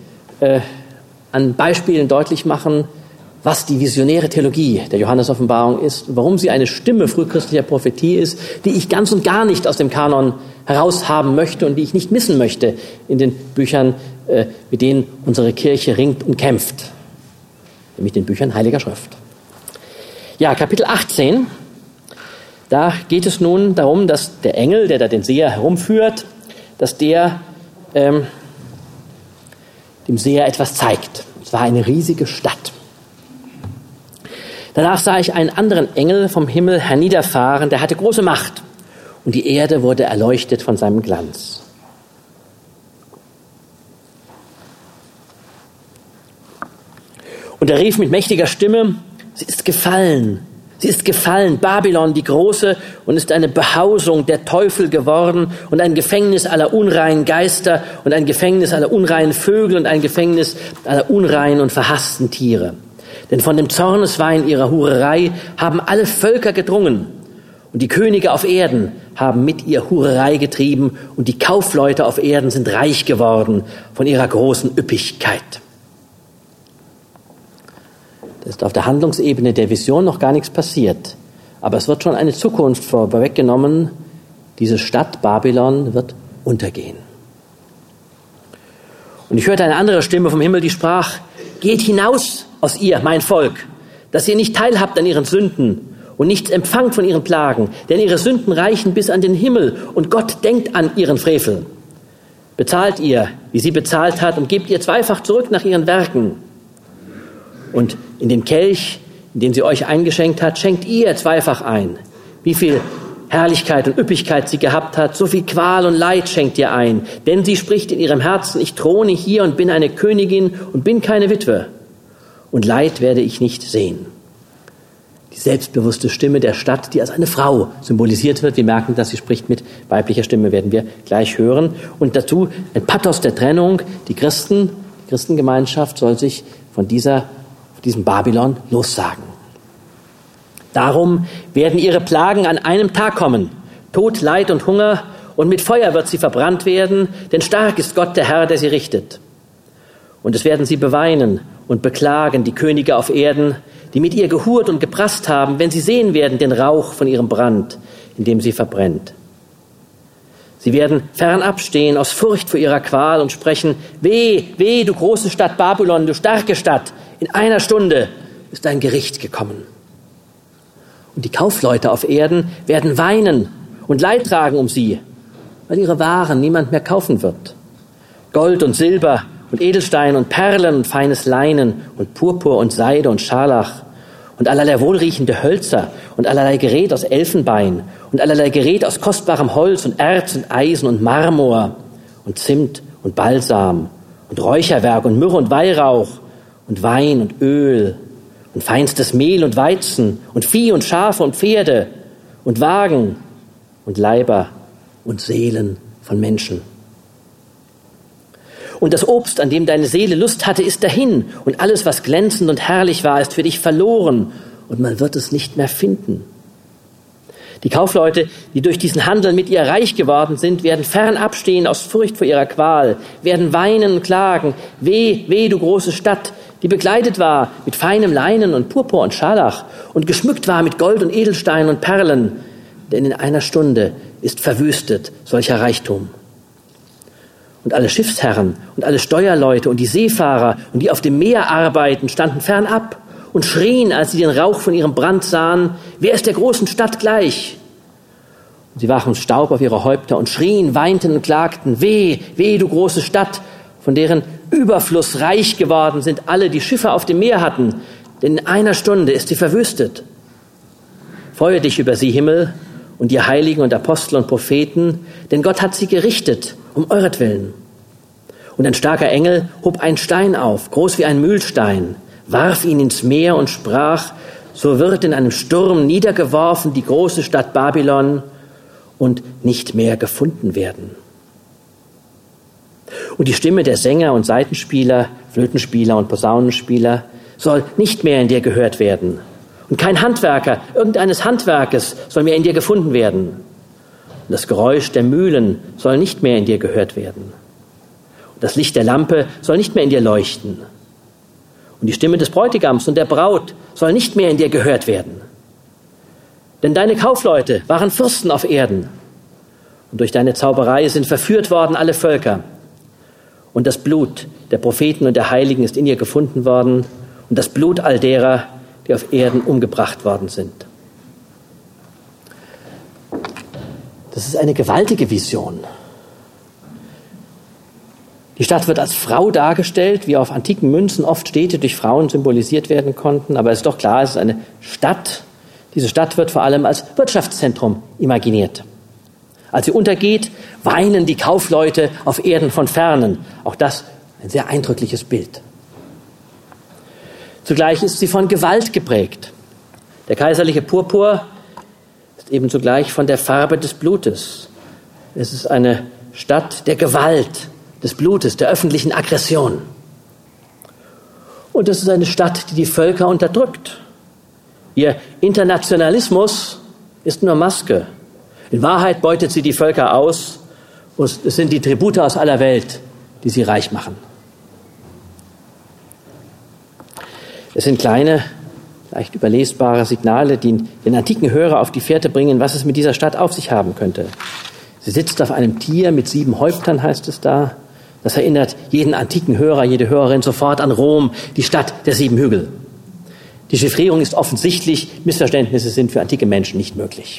Speaker 1: an Beispielen deutlich machen, was die visionäre Theologie der Johannes-Offenbarung ist und warum sie eine Stimme frühchristlicher Prophetie ist, die ich ganz und gar nicht aus dem Kanon heraushaben möchte und die ich nicht missen möchte in den Büchern, mit denen unsere Kirche ringt und kämpft, nämlich den Büchern Heiliger Schrift. Ja, Kapitel 18, da geht es nun darum, dass der Engel, der da den Seher herumführt, dass der dem Seher etwas zeigt. Es war eine riesige Stadt. Danach sah ich einen anderen Engel vom Himmel herniederfahren, der hatte große Macht und die Erde wurde erleuchtet von seinem Glanz. Und er rief mit mächtiger Stimme, sie ist gefallen, Babylon die Große, und ist eine Behausung der Teufel geworden und ein Gefängnis aller unreinen Geister und ein Gefängnis aller unreinen Vögel und ein Gefängnis aller unreinen und verhassten Tiere. Denn von dem Zorneswein ihrer Hurerei haben alle Völker gedrungen und die Könige auf Erden haben mit ihr Hurerei getrieben und die Kaufleute auf Erden sind reich geworden von ihrer großen Üppigkeit. Da ist auf der Handlungsebene der Vision noch gar nichts passiert. Aber es wird schon eine Zukunft vorweggenommen. Diese Stadt Babylon wird untergehen. Und ich hörte eine andere Stimme vom Himmel, die sprach, geht hinaus aus ihr, mein Volk, dass ihr nicht teilhabt an ihren Sünden und nichts empfangt von ihren Plagen, denn ihre Sünden reichen bis an den Himmel und Gott denkt an ihren Frevel. Bezahlt ihr, wie sie bezahlt hat, und gebt ihr zweifach zurück nach ihren Werken. Und in den Kelch, in den sie euch eingeschenkt hat, schenkt ihr zweifach ein. Wie viel Herrlichkeit und Üppigkeit sie gehabt hat, so viel Qual und Leid schenkt ihr ein. Denn sie spricht in ihrem Herzen, ich throne hier und bin eine Königin und bin keine Witwe. Und Leid werde ich nicht sehen. Die selbstbewusste Stimme der Stadt, die als eine Frau symbolisiert wird. Wir merken, dass sie spricht mit weiblicher Stimme, werden wir gleich hören. Und dazu ein Pathos der Trennung. Die Christengemeinschaft soll sich von diesem Babylon lossagen. Darum werden ihre Plagen an einem Tag kommen. Tod, Leid und Hunger, und mit Feuer wird sie verbrannt werden, denn stark ist Gott der Herr, der sie richtet. Und es werden sie beweinen und beklagen, die Könige auf Erden, die mit ihr gehurt und geprasst haben, wenn sie sehen werden den Rauch von ihrem Brand, in dem sie verbrennt. Sie werden fernab stehen aus Furcht vor ihrer Qual und sprechen, weh, weh, du große Stadt Babylon, du starke Stadt, in einer Stunde ist dein Gericht gekommen. Und die Kaufleute auf Erden werden weinen und Leid tragen um sie, weil ihre Waren niemand mehr kaufen wird. Gold und Silber und Edelstein und Perlen und feines Leinen und Purpur und Seide und Scharlach und allerlei wohlriechende Hölzer und allerlei Gerät aus Elfenbein und allerlei Gerät aus kostbarem Holz und Erz und Eisen und Marmor und Zimt und Balsam und Räucherwerk und Myrrhe und Weihrauch und Wein und Öl und feinstes Mehl und Weizen und Vieh und Schafe und Pferde und Wagen und Leiber und Seelen von Menschen. Und das Obst, an dem deine Seele Lust hatte, ist dahin. Und alles, was glänzend und herrlich war, ist für dich verloren. Und man wird es nicht mehr finden. Die Kaufleute, die durch diesen Handel mit ihr reich geworden sind, werden fernab stehen aus Furcht vor ihrer Qual, werden weinen und klagen. Weh, weh, du große Stadt, die bekleidet war mit feinem Leinen und Purpur und Scharlach und geschmückt war mit Gold und Edelsteinen und Perlen. Denn in einer Stunde ist verwüstet solcher Reichtum. und alle Schiffsherren und alle Steuerleute und die Seefahrer und die auf dem Meer arbeiten, standen fernab und schrien, als sie den Rauch von ihrem Brand sahen: Wer ist der großen Stadt gleich? Und sie warfen Staub auf ihre Häupter und schrien, weinten und klagten: Weh, weh, du große Stadt, von deren Überfluss reich geworden sind alle, die Schiffe auf dem Meer hatten, denn in einer Stunde ist sie verwüstet. Freue dich über sie, Himmel, und ihr Heiligen und Apostel und Propheten, denn Gott hat sie gerichtet, um euretwillen. Und ein starker Engel hob einen Stein auf, groß wie ein Mühlstein, warf ihn ins Meer und sprach: So wird in einem Sturm niedergeworfen die große Stadt Babylon und nicht mehr gefunden werden. Und die Stimme der Sänger und Saitenspieler, Flötenspieler und Posaunenspieler soll nicht mehr in dir gehört werden. Und kein Handwerker irgendeines Handwerkes soll mehr in dir gefunden werden. Und das Geräusch der Mühlen soll nicht mehr in dir gehört werden. Und das Licht der Lampe soll nicht mehr in dir leuchten. Und die Stimme des Bräutigams und der Braut soll nicht mehr in dir gehört werden. Denn deine Kaufleute waren Fürsten auf Erden. Und durch deine Zauberei sind verführt worden alle Völker. Und das Blut der Propheten und der Heiligen ist in ihr gefunden worden. Und das Blut all derer, die auf Erden umgebracht worden sind. Das ist eine gewaltige Vision. Die Stadt wird als Frau dargestellt, wie auf antiken Münzen oft Städte durch Frauen symbolisiert werden konnten. Aber es ist doch klar, es ist eine Stadt. Diese Stadt wird vor allem als Wirtschaftszentrum imaginiert. Als sie untergeht, weinen die Kaufleute auf Erden von Fernen. Auch das ein sehr eindrückliches Bild. Zugleich ist sie von Gewalt geprägt. Der kaiserliche Purpur ist eben zugleich von der Farbe des Blutes. Es ist eine Stadt der Gewalt, des Blutes, der öffentlichen Aggression. Und es ist eine Stadt, die die Völker unterdrückt. Ihr Internationalismus ist nur Maske. In Wahrheit beutet sie die Völker aus und es sind die Tribute aus aller Welt, die sie reich machen. Es sind kleine, leicht überlesbare Signale, die den antiken Hörer auf die Fährte bringen, was es mit dieser Stadt auf sich haben könnte. Sie sitzt auf einem Tier mit 7 Häuptern, heißt es da. Das erinnert jeden antiken Hörer, jede Hörerin sofort an Rom, die Stadt der 7 Hügel. Die Chiffrierung ist offensichtlich, Missverständnisse sind für antike Menschen nicht möglich.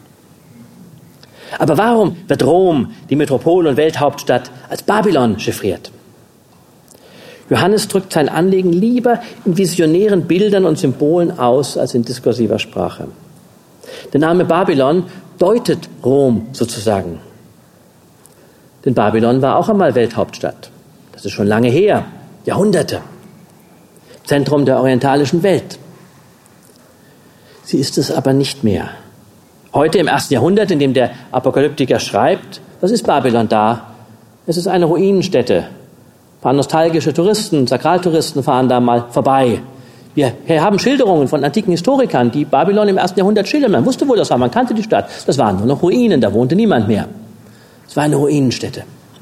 Speaker 1: Aber warum wird Rom, die Metropol- und Welthauptstadt, als Babylon chiffriert? Johannes drückt sein Anliegen lieber in visionären Bildern und Symbolen aus als in diskursiver Sprache. Der Name Babylon deutet Rom sozusagen. Denn Babylon war auch einmal Welthauptstadt. Das ist schon lange her, Jahrhunderte. Zentrum der orientalischen Welt. Sie ist es aber nicht mehr. Heute im 1. Jahrhundert, in dem der Apokalyptiker schreibt, was ist Babylon da? Es ist eine Ruinenstätte. Ein paar nostalgische Touristen, Sakraltouristen fahren da mal vorbei. Wir haben Schilderungen von antiken Historikern, die Babylon im 1. Jahrhundert schildern. Man wusste, wo das war, man kannte die Stadt. Das waren nur noch Ruinen, da wohnte niemand mehr. Es war eine Ruinenstätte.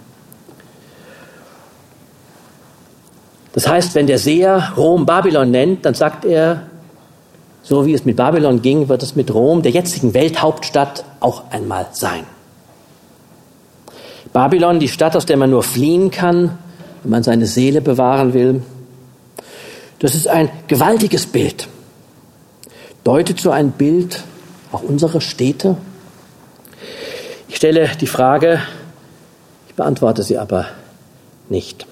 Speaker 1: Das heißt, wenn der Seher Rom Babylon nennt, dann sagt er, so wie es mit Babylon ging, wird es mit Rom, der jetzigen Welthauptstadt, auch einmal sein. Babylon, die Stadt, aus der man nur fliehen kann, wenn man seine Seele bewahren will. Das ist ein gewaltiges Bild. Deutet so ein Bild auch unsere Städte? Ich stelle die Frage, ich beantworte sie aber nicht.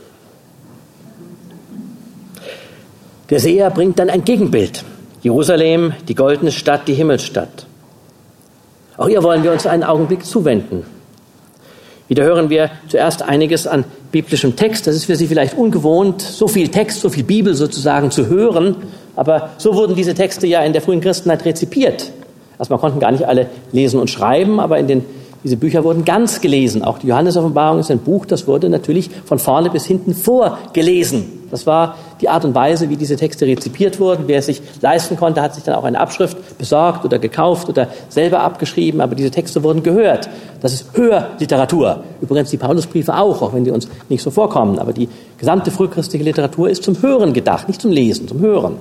Speaker 1: Der Seher bringt dann ein Gegenbild. Jerusalem, die goldene Stadt, die Himmelsstadt. Auch ihr wollen wir uns einen Augenblick zuwenden. Wieder hören wir zuerst einiges an biblischem Text. Das ist für Sie vielleicht ungewohnt, so viel Text, so viel Bibel sozusagen zu hören. Aber so wurden diese Texte ja in der frühen Christenheit rezipiert. Erstmal konnten gar nicht alle lesen und schreiben, aber diese Bücher wurden ganz gelesen. Auch die Johannes-Offenbarung ist ein Buch, das wurde natürlich von vorne bis hinten vorgelesen. Das war die Art und Weise, wie diese Texte rezipiert wurden. Wer es sich leisten konnte, hat sich dann auch eine Abschrift besorgt oder gekauft oder selber abgeschrieben. Aber diese Texte wurden gehört. Das ist Hörliteratur. Übrigens die Paulusbriefe auch wenn die uns nicht so vorkommen. Aber die gesamte frühchristliche Literatur ist zum Hören gedacht, nicht zum Lesen, zum Hören.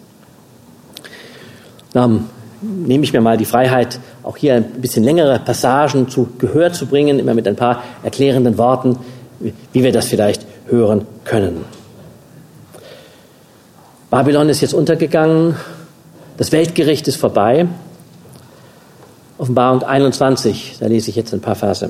Speaker 1: Nehme ich mir mal die Freiheit, auch hier ein bisschen längere Passagen zu Gehör zu bringen, immer mit ein paar erklärenden Worten. wie wir das vielleicht hören können. Babylon ist jetzt untergegangen, das Weltgericht ist vorbei. Offenbarung 21, da lese ich jetzt ein paar Verse.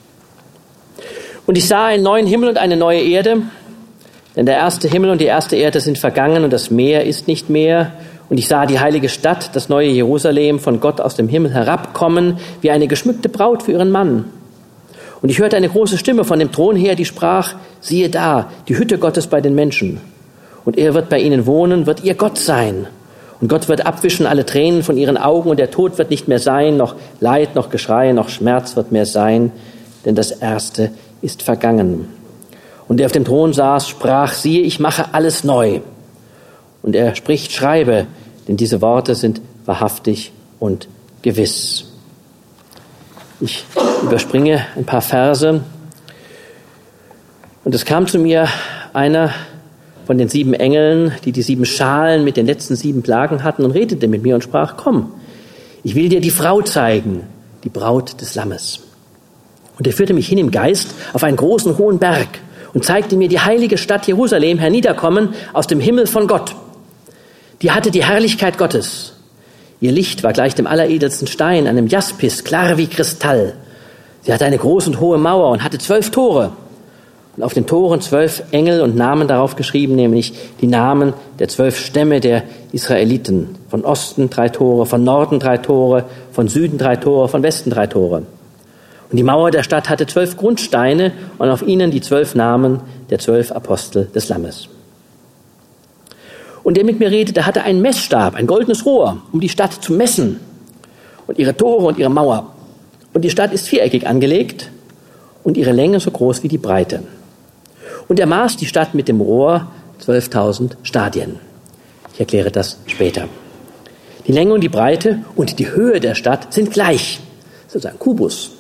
Speaker 1: Und ich sah einen neuen Himmel und eine neue Erde, denn der erste Himmel und die erste Erde sind vergangen und das Meer ist nicht mehr. Und ich sah die heilige Stadt, das neue Jerusalem, von Gott aus dem Himmel herabkommen, wie eine geschmückte Braut für ihren Mann. Und ich hörte eine große Stimme von dem Thron her, die sprach, siehe da, die Hütte Gottes bei den Menschen. Und er wird bei ihnen wohnen, wird ihr Gott sein. Und Gott wird abwischen alle Tränen von ihren Augen, und der Tod wird nicht mehr sein, noch Leid, noch Geschrei, noch Schmerz wird mehr sein, denn das Erste ist vergangen. Und der auf dem Thron saß, sprach, siehe, ich mache alles neu. Und er spricht, schreibe, denn diese Worte sind wahrhaftig und gewiss. Ich überspringe ein paar Verse. Und es kam zu mir einer von den 7 Engeln, die 7 Schalen mit den letzten 7 Plagen hatten, und redete mit mir und sprach, komm, ich will dir die Frau zeigen, die Braut des Lammes. Und er führte mich hin im Geist auf einen großen, hohen Berg und zeigte mir die heilige Stadt Jerusalem herniederkommen aus dem Himmel von Gott. Die hatte die Herrlichkeit Gottes. Ihr Licht war gleich dem alleredelsten Stein, einem Jaspis, klar wie Kristall. Sie hatte eine große und hohe Mauer und hatte 12 Tore. Und auf den Toren 12 Engel und Namen darauf geschrieben, nämlich die Namen der 12 Stämme der Israeliten. Von Osten 3 Tore, von Norden 3 Tore, von Süden 3 Tore, von Westen 3 Tore. Und die Mauer der Stadt hatte 12 Grundsteine und auf ihnen die 12 Namen der 12 Apostel des Lammes. Und der mit mir redete, hatte einen Messstab, ein goldenes Rohr, um die Stadt zu messen und ihre Tore und ihre Mauer. Und die Stadt ist viereckig angelegt und ihre Länge so groß wie die Breite. Und er maß die Stadt mit dem Rohr 12.000 Stadien. Ich erkläre das später. Die Länge und die Breite und die Höhe der Stadt sind gleich. Das ist also ein Kubus.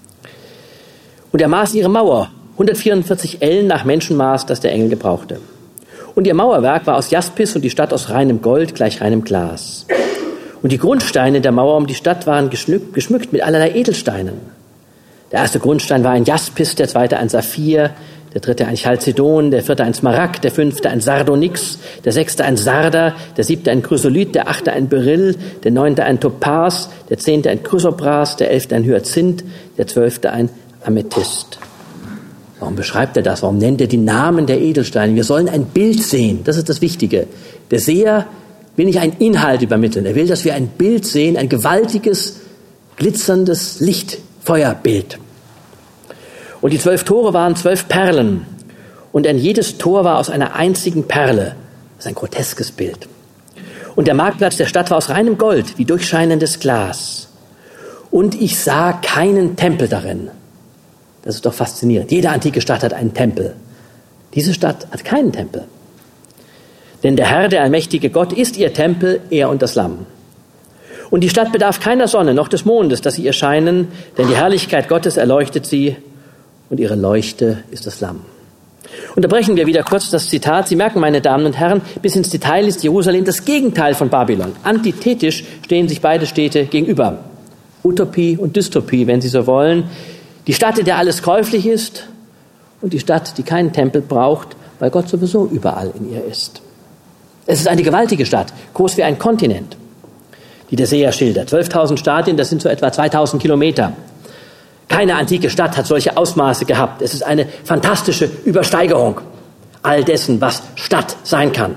Speaker 1: Und er maß ihre Mauer, 144 Ellen nach Menschenmaß, das der Engel gebrauchte. Und ihr Mauerwerk war aus Jaspis und die Stadt aus reinem Gold, gleich reinem Glas. Und die Grundsteine der Mauer um die Stadt waren geschmückt mit allerlei Edelsteinen. Der erste Grundstein war ein Jaspis, der zweite ein Saphir, der dritte ein Chalcedon, der vierte ein Smaragd, der fünfte ein Sardonyx, der sechste ein Sarder, der siebte ein Chrysolith, der achte ein Beryl, der neunte ein Topaz, der 10. ein Chrysobras, der 11. ein Hyazinth, der 12. ein Amethyst. Warum beschreibt er das? Warum nennt er die Namen der Edelsteine? Wir sollen ein Bild sehen. Das ist das Wichtige. Der Seher will nicht einen Inhalt übermitteln. Er will, dass wir ein Bild sehen, ein gewaltiges, glitzerndes Lichtfeuerbild. Und die 12 Tore waren 12 Perlen. Und ein jedes Tor war aus einer einzigen Perle. Das ist ein groteskes Bild. Und der Marktplatz der Stadt war aus reinem Gold, wie durchscheinendes Glas. Und ich sah keinen Tempel darin. Das ist doch faszinierend. Jede antike Stadt hat einen Tempel. Diese Stadt hat keinen Tempel. Denn der Herr, der allmächtige Gott, ist ihr Tempel, er und das Lamm. Und die Stadt bedarf keiner Sonne noch des Mondes, dass sie ihr scheinen, denn die Herrlichkeit Gottes erleuchtet sie und ihre Leuchte ist das Lamm. Unterbrechen wir wieder kurz das Zitat. Sie merken, meine Damen und Herren, bis ins Detail ist Jerusalem das Gegenteil von Babylon. Antithetisch stehen sich beide Städte gegenüber. Utopie und Dystopie, wenn Sie so wollen. Die Stadt, in der alles käuflich ist, und die Stadt, die keinen Tempel braucht, weil Gott sowieso überall in ihr ist. Es ist eine gewaltige Stadt, groß wie ein Kontinent, die der Seher schildert. 12.000 Stadien, das sind so etwa 2.000 Kilometer. Keine antike Stadt hat solche Ausmaße gehabt. Es ist eine fantastische Übersteigerung all dessen, was Stadt sein kann.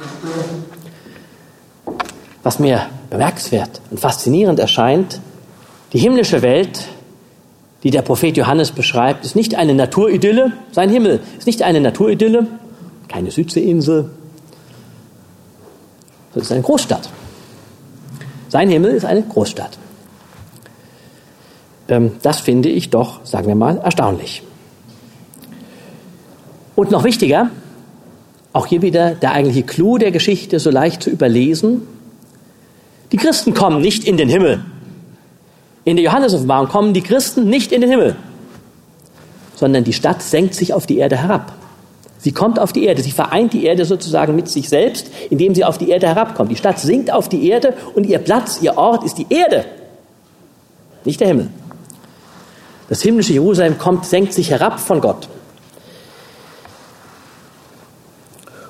Speaker 1: Was mir bemerkenswert und faszinierend erscheint, die himmlische Welt, die der Prophet Johannes beschreibt, ist nicht eine Naturidylle. Sein Himmel ist nicht eine Naturidylle, keine Südseeinsel. Das ist eine Großstadt. Sein Himmel ist eine Großstadt. Das finde ich doch, sagen wir mal, erstaunlich. Und noch wichtiger, auch hier wieder der eigentliche Clou der Geschichte, so leicht zu überlesen. Die Christen kommen nicht in den Himmel. In der Johannes-Offenbarung kommen die Christen nicht in den Himmel, sondern die Stadt senkt sich auf die Erde herab. Sie kommt auf die Erde, sie vereint die Erde sozusagen mit sich selbst, indem sie auf die Erde herabkommt. Die Stadt sinkt auf die Erde und ihr Platz, ihr Ort ist die Erde, nicht der Himmel. Das himmlische Jerusalem senkt sich herab von Gott.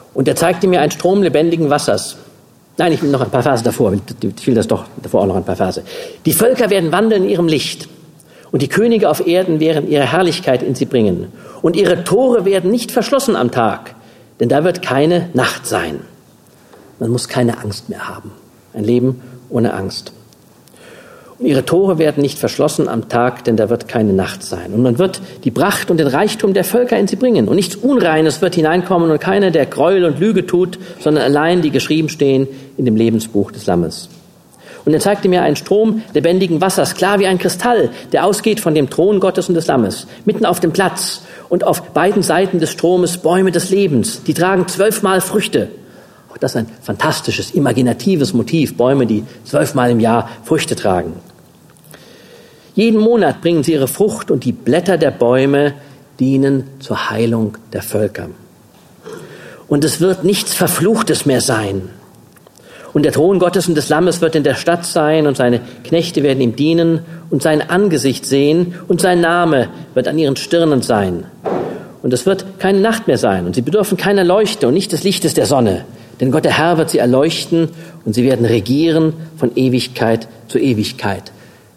Speaker 1: Und er zeigte mir einen Strom lebendigen Wassers. Nein, ich will noch ein paar Verse davor. Ich will das doch davor auch noch ein paar Verse. Die Völker werden wandeln in ihrem Licht. Und die Könige auf Erden werden ihre Herrlichkeit in sie bringen. Und ihre Tore werden nicht verschlossen am Tag, denn da wird keine Nacht sein. Man muss keine Angst mehr haben. Ein Leben ohne Angst. Und ihre Tore werden nicht verschlossen am Tag, denn da wird keine Nacht sein. Und man wird die Pracht und den Reichtum der Völker in sie bringen. Und nichts Unreines wird hineinkommen und keiner, der Gräuel und Lüge tut, sondern allein die geschrieben stehen in dem Lebensbuch des Lammes. Und er zeigte mir einen Strom lebendigen Wassers, klar wie ein Kristall, der ausgeht von dem Thron Gottes und des Lammes, mitten auf dem Platz. Und auf beiden Seiten des Stromes Bäume des Lebens, die tragen 12-mal Früchte. Auch das ist ein fantastisches, imaginatives Motiv, Bäume, die 12-mal im Jahr Früchte tragen. Jeden Monat bringen sie ihre Frucht und die Blätter der Bäume dienen zur Heilung der Völker. Und es wird nichts Verfluchtes mehr sein. Und der Thron Gottes und des Lammes wird in der Stadt sein und seine Knechte werden ihm dienen und sein Angesicht sehen und sein Name wird an ihren Stirnen sein. Und es wird keine Nacht mehr sein und sie bedürfen keiner Leuchte und nicht des Lichtes der Sonne. Denn Gott der Herr wird sie erleuchten und sie werden regieren von Ewigkeit zu Ewigkeit.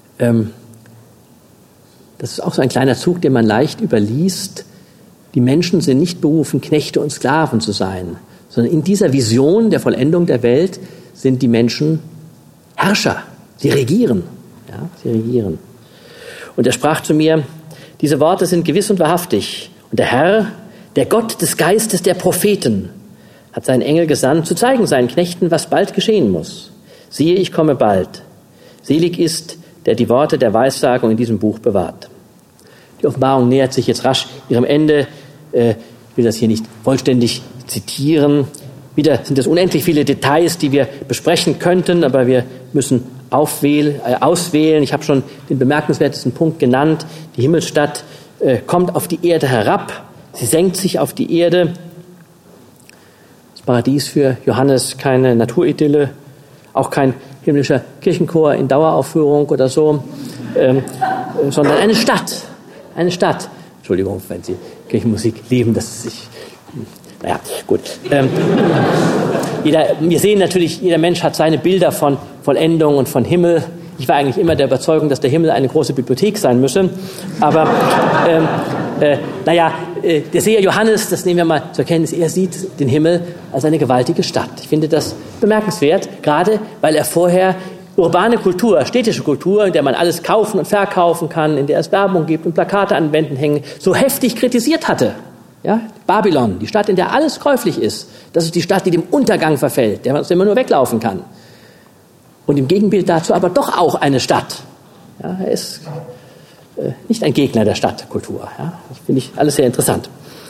Speaker 1: Das ist auch so ein kleiner Zug, den man leicht überliest. Die Menschen sind nicht berufen, Knechte und Sklaven zu sein, sondern in dieser Vision der Vollendung der Welt sind die Menschen Herrscher. Sie regieren. Ja, sie regieren. Und er sprach zu mir, diese Worte sind gewiss und wahrhaftig. Und der Herr, der Gott des Geistes der Propheten, hat seinen Engel gesandt, zu zeigen seinen Knechten, was bald geschehen muss. Siehe, ich komme bald. Selig ist, der die Worte der Weissagung in diesem Buch bewahrt. Die Offenbarung nähert sich jetzt rasch ihrem Ende. Ich will das hier nicht vollständig zitieren. Wieder sind es unendlich viele Details, die wir besprechen könnten, aber wir müssen auswählen. Ich habe schon den bemerkenswertesten Punkt genannt. Die Himmelsstadt kommt auf die Erde herab. Sie senkt sich auf die Erde. Das Paradies für Johannes keine Naturidylle, auch kein himmlischer Kirchenchor in Daueraufführung oder so, sondern eine Stadt. Eine Stadt. Entschuldigung, wenn Sie Kirchenmusik lieben, das ist naja, gut. Wir sehen natürlich, jeder Mensch hat seine Bilder von Vollendung und von Himmel. Ich war eigentlich immer der Überzeugung, dass der Himmel eine große Bibliothek sein müsse. Aber der Seher Johannes, das nehmen wir mal zur Kenntnis, er sieht den Himmel als eine gewaltige Stadt. Ich finde das bemerkenswert, gerade weil er vorher urbane Kultur, städtische Kultur, in der man alles kaufen und verkaufen kann, in der es Werbung gibt und Plakate an Wänden hängen, so heftig kritisiert hatte. Ja, Babylon, die Stadt, in der alles käuflich ist, das ist die Stadt, die dem Untergang verfällt, der man immer nur weglaufen kann. Und im Gegenbild dazu aber doch auch eine Stadt. Ja, er ist nicht ein Gegner der Stadtkultur. Ja, das finde ich alles sehr interessant.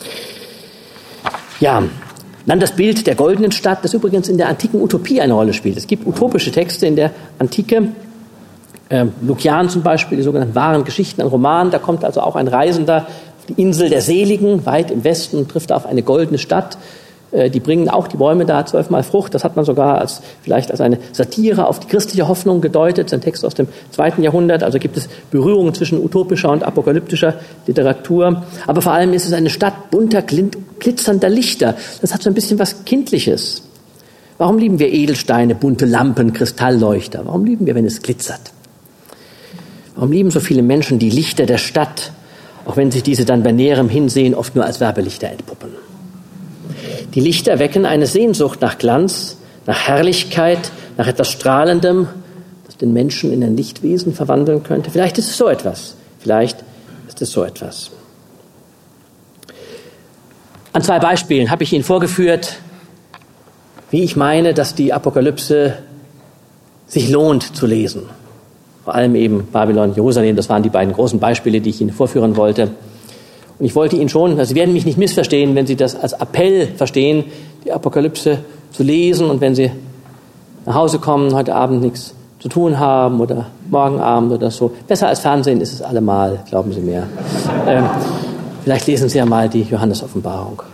Speaker 1: Ja, dann das Bild der goldenen Stadt, das übrigens in der antiken Utopie eine Rolle spielt. Es gibt utopische Texte in der Antike, Lukian zum Beispiel, die sogenannten wahren Geschichten, ein Roman, da kommt also auch ein Reisender auf die Insel der Seligen, weit im Westen, und trifft auf eine goldene Stadt. Die bringen auch die Bäume da 12-mal Frucht. Das hat man sogar vielleicht als eine Satire auf die christliche Hoffnung gedeutet. Das ist ein Text aus dem 2. Jahrhundert. Also gibt es Berührungen zwischen utopischer und apokalyptischer Literatur. Aber vor allem ist es eine Stadt bunter, glitzernder Lichter. Das hat so ein bisschen was Kindliches. Warum lieben wir Edelsteine, bunte Lampen, Kristallleuchter? Warum lieben wir, wenn es glitzert? Warum lieben so viele Menschen die Lichter der Stadt, auch wenn sich diese dann bei näherem Hinsehen oft nur als Werbelichter entpuppen? Die Lichter wecken eine Sehnsucht nach Glanz, nach Herrlichkeit, nach etwas Strahlendem, das den Menschen in ein Lichtwesen verwandeln könnte. Vielleicht ist es so etwas. Vielleicht ist es so etwas. An 2 Beispielen habe ich Ihnen vorgeführt, wie ich meine, dass die Apokalypse sich lohnt zu lesen. Vor allem eben Babylon, Jerusalem, das waren die beiden großen Beispiele, die ich Ihnen vorführen wollte. Und ich wollte Ihnen schon, also Sie werden mich nicht missverstehen, wenn Sie das als Appell verstehen, die Apokalypse zu lesen, und wenn Sie nach Hause kommen, heute Abend nichts zu tun haben oder morgen Abend oder so. Besser als Fernsehen ist es allemal, glauben Sie mir. Vielleicht lesen Sie ja mal die Johannes-Offenbarung.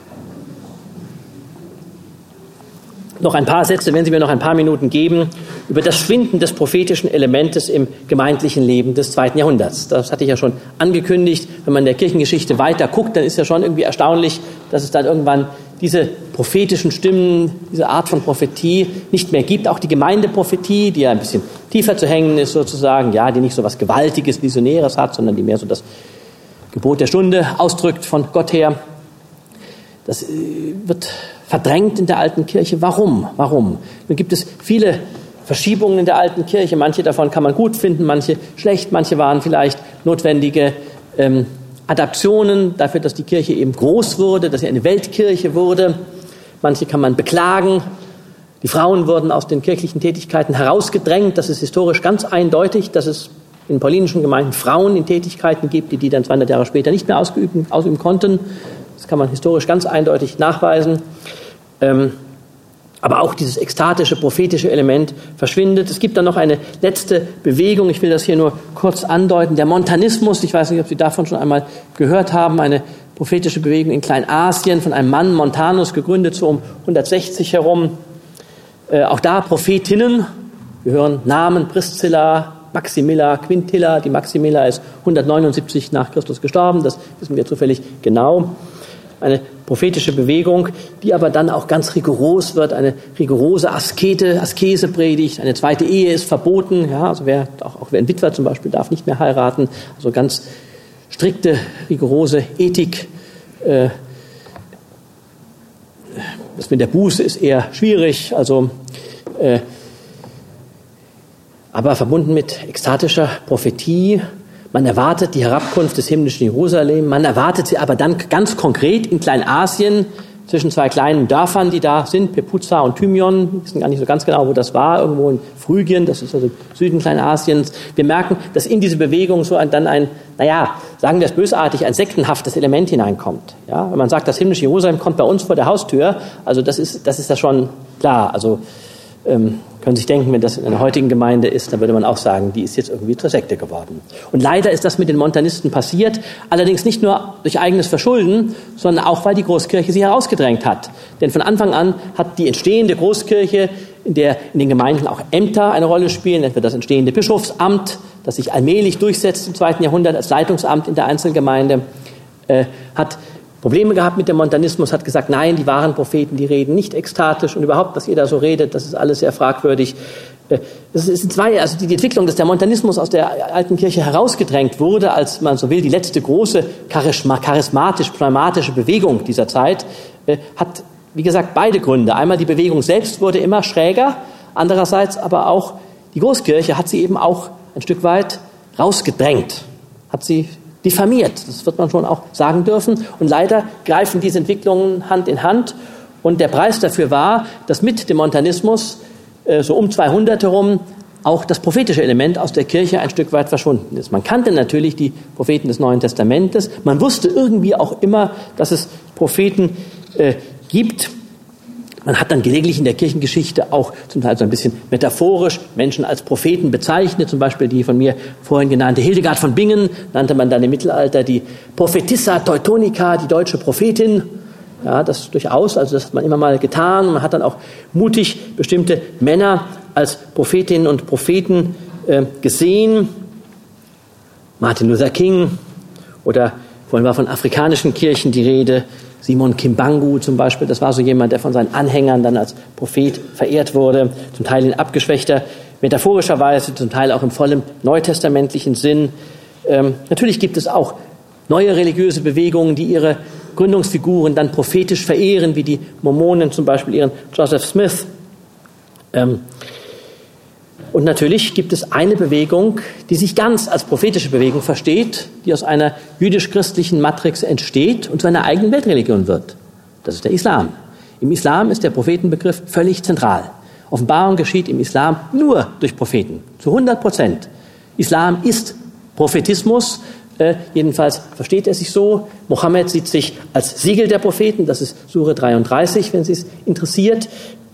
Speaker 1: Noch ein paar Sätze, wenn Sie mir noch ein paar Minuten geben, über das Schwinden des prophetischen Elementes im gemeindlichen Leben des 2. Jahrhunderts. Das hatte ich ja schon angekündigt. Wenn man in der Kirchengeschichte weiter guckt, dann ist ja schon irgendwie erstaunlich, dass es dann irgendwann diese prophetischen Stimmen, diese Art von Prophetie nicht mehr gibt. Auch die Gemeindeprophetie, die ja ein bisschen tiefer zu hängen ist sozusagen, ja, die nicht so was Gewaltiges, Visionäres hat, sondern die mehr so das Gebot der Stunde ausdrückt von Gott her. Das wird verdrängt in der alten Kirche. Warum? Nun gibt es viele Verschiebungen in der alten Kirche. Manche davon kann man gut finden, manche schlecht. Manche waren vielleicht notwendige Adaptionen dafür, dass die Kirche eben groß wurde, dass sie eine Weltkirche wurde. Manche kann man beklagen. Die Frauen wurden aus den kirchlichen Tätigkeiten herausgedrängt. Das ist historisch ganz eindeutig, dass es in paulinischen Gemeinden Frauen in Tätigkeiten gibt, die dann 200 Jahre später nicht mehr ausüben konnten. Das kann man historisch ganz eindeutig nachweisen. Aber auch dieses ekstatische, prophetische Element verschwindet. Es gibt dann noch eine letzte Bewegung, ich will das hier nur kurz andeuten, der Montanismus. Ich weiß nicht, ob Sie davon schon einmal gehört haben, eine prophetische Bewegung in Kleinasien von einem Mann, Montanus, gegründet so um 160 herum. Auch da Prophetinnen. Wir hören Namen, Priscilla, Maximilla, Quintilla. Die Maximilla ist 179 nach Christus gestorben, das wissen wir zufällig genau. Eine prophetische Bewegung, die aber dann auch ganz rigoros wird, eine rigorose Askese predigt, eine zweite Ehe ist verboten, ja, also auch wer ein Witwer zum Beispiel darf nicht mehr heiraten, also ganz strikte, rigorose Ethik. Das mit der Buße ist eher schwierig, aber verbunden mit ekstatischer Prophetie. Man erwartet die Herabkunft des himmlischen Jerusalem, man erwartet sie aber dann ganz konkret in Kleinasien zwischen zwei kleinen Dörfern, die da sind, Pepuza und Thymion. Wir wissen gar nicht so ganz genau, wo das war, irgendwo in Phrygien, das ist also Süden Kleinasiens. Wir merken, dass in diese Bewegung so sagen wir es bösartig, ein sektenhaftes Element hineinkommt. Ja, wenn man sagt, das himmlische Jerusalem kommt bei uns vor der Haustür, also das ist ja schon klar, also können sich denken, wenn das in einer heutigen Gemeinde ist, dann würde man auch sagen, die ist jetzt irgendwie zur Sekte geworden. Und leider ist das mit den Montanisten passiert, allerdings nicht nur durch eigenes Verschulden, sondern auch, weil die Großkirche sie herausgedrängt hat. Denn von Anfang an hat die entstehende Großkirche, in der in den Gemeinden auch Ämter eine Rolle spielen, etwa das entstehende Bischofsamt, das sich allmählich durchsetzt im 2. Jahrhundert als Leitungsamt in der Einzelgemeinde, hat Probleme gehabt mit dem Montanismus, hat gesagt, nein, die wahren Propheten, die reden nicht ekstatisch und überhaupt, was ihr da so redet, das ist alles sehr fragwürdig. Es ist die Entwicklung, dass der Montanismus aus der alten Kirche herausgedrängt wurde, als man so will, die letzte große charismatisch-pneumatische Bewegung dieser Zeit, hat, wie gesagt, beide Gründe. Einmal die Bewegung selbst wurde immer schräger, andererseits aber auch die Großkirche hat sie eben auch ein Stück weit rausgedrängt, hat sie diffamiert, das wird man schon auch sagen dürfen. Und leider greifen diese Entwicklungen Hand in Hand. Und der Preis dafür war, dass mit dem Montanismus so um 200 herum auch das prophetische Element aus der Kirche ein Stück weit verschwunden ist. Man kannte natürlich die Propheten des Neuen Testamentes. Man wusste irgendwie auch immer, dass es Propheten gibt. Man hat dann gelegentlich in der Kirchengeschichte auch zum Teil so ein bisschen metaphorisch Menschen als Propheten bezeichnet. Zum Beispiel die von mir vorhin genannte Hildegard von Bingen nannte man dann im Mittelalter die Prophetissa Teutonica, die deutsche Prophetin. Ja, das durchaus, also das hat man immer mal getan. Man hat dann auch mutig bestimmte Männer als Prophetinnen und Propheten gesehen. Martin Luther King oder vorhin war von afrikanischen Kirchen die Rede. Simon Kimbangu zum Beispiel, das war so jemand, der von seinen Anhängern dann als Prophet verehrt wurde, zum Teil in abgeschwächter, metaphorischer Weise, zum Teil auch im vollen neutestamentlichen Sinn. Natürlich gibt es auch neue religiöse Bewegungen, die ihre Gründungsfiguren dann prophetisch verehren, wie die Mormonen zum Beispiel ihren Joseph Smith. Und natürlich gibt es eine Bewegung, die sich ganz als prophetische Bewegung versteht, die aus einer jüdisch-christlichen Matrix entsteht und zu einer eigenen Weltreligion wird. Das ist der Islam. Im Islam ist der Prophetenbegriff völlig zentral. Offenbarung geschieht im Islam nur durch Propheten, zu 100%. Islam ist Prophetismus, jedenfalls versteht er sich so. Mohammed sieht sich als Siegel der Propheten, das ist Sure 33, wenn Sie es interessiert.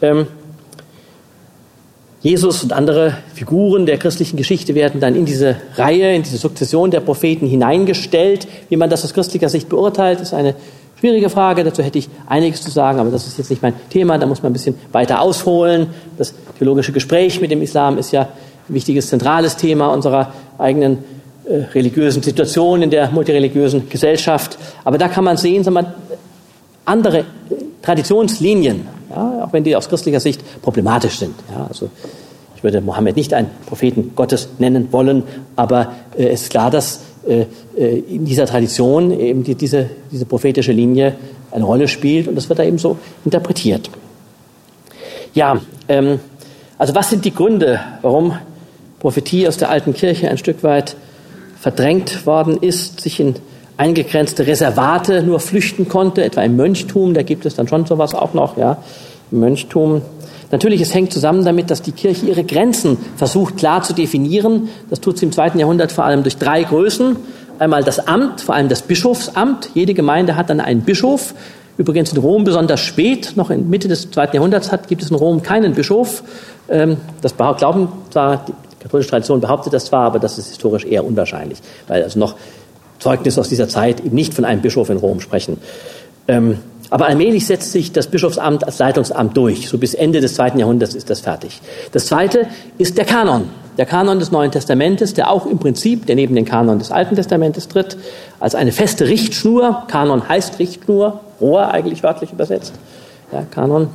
Speaker 1: Jesus und andere Figuren der christlichen Geschichte werden dann in diese Reihe, in diese Sukzession der Propheten hineingestellt. Wie man das aus christlicher Sicht beurteilt, ist eine schwierige Frage. Dazu hätte ich einiges zu sagen, aber das ist jetzt nicht mein Thema. Da muss man ein bisschen weiter ausholen. Das theologische Gespräch mit dem Islam ist ja ein wichtiges, zentrales Thema unserer eigenen religiösen Situation in der multireligiösen Gesellschaft. Aber da kann man sehen, andere Traditionslinien, ja, auch wenn die aus christlicher Sicht problematisch sind. Ja, also ich würde Mohammed nicht einen Propheten Gottes nennen wollen, aber es ist klar, dass in dieser Tradition eben diese prophetische Linie eine Rolle spielt und das wird da eben so interpretiert. Ja, also was sind die Gründe, warum Prophetie aus der alten Kirche ein Stück weit verdrängt worden ist, sich in eingegrenzte Reservate nur flüchten konnte, etwa im Mönchtum, da gibt es dann schon sowas auch noch, ja, im Mönchtum. Natürlich, es hängt zusammen damit, dass die Kirche ihre Grenzen versucht klar zu definieren. Das tut sie im 2. Jahrhundert vor allem durch 3 Größen. Einmal das Amt, vor allem das Bischofsamt. Jede Gemeinde hat dann einen Bischof. Übrigens in Rom besonders spät, noch in Mitte des 2. Jahrhunderts gibt es in Rom keinen Bischof. Das glauben zwar, die katholische Tradition behauptet das zwar, aber das ist historisch eher unwahrscheinlich, weil also noch Zeugnisse aus dieser Zeit eben nicht von einem Bischof in Rom sprechen. Aber allmählich setzt sich das Bischofsamt als Leitungsamt durch. So bis Ende des 2. Jahrhunderts ist das fertig. Das Zweite ist der Kanon. Der Kanon des Neuen Testamentes, der auch im Prinzip, der neben den Kanon des Alten Testamentes tritt, als eine feste Richtschnur. Kanon heißt Richtschnur, Rohr eigentlich wörtlich übersetzt. Ja, Kanon.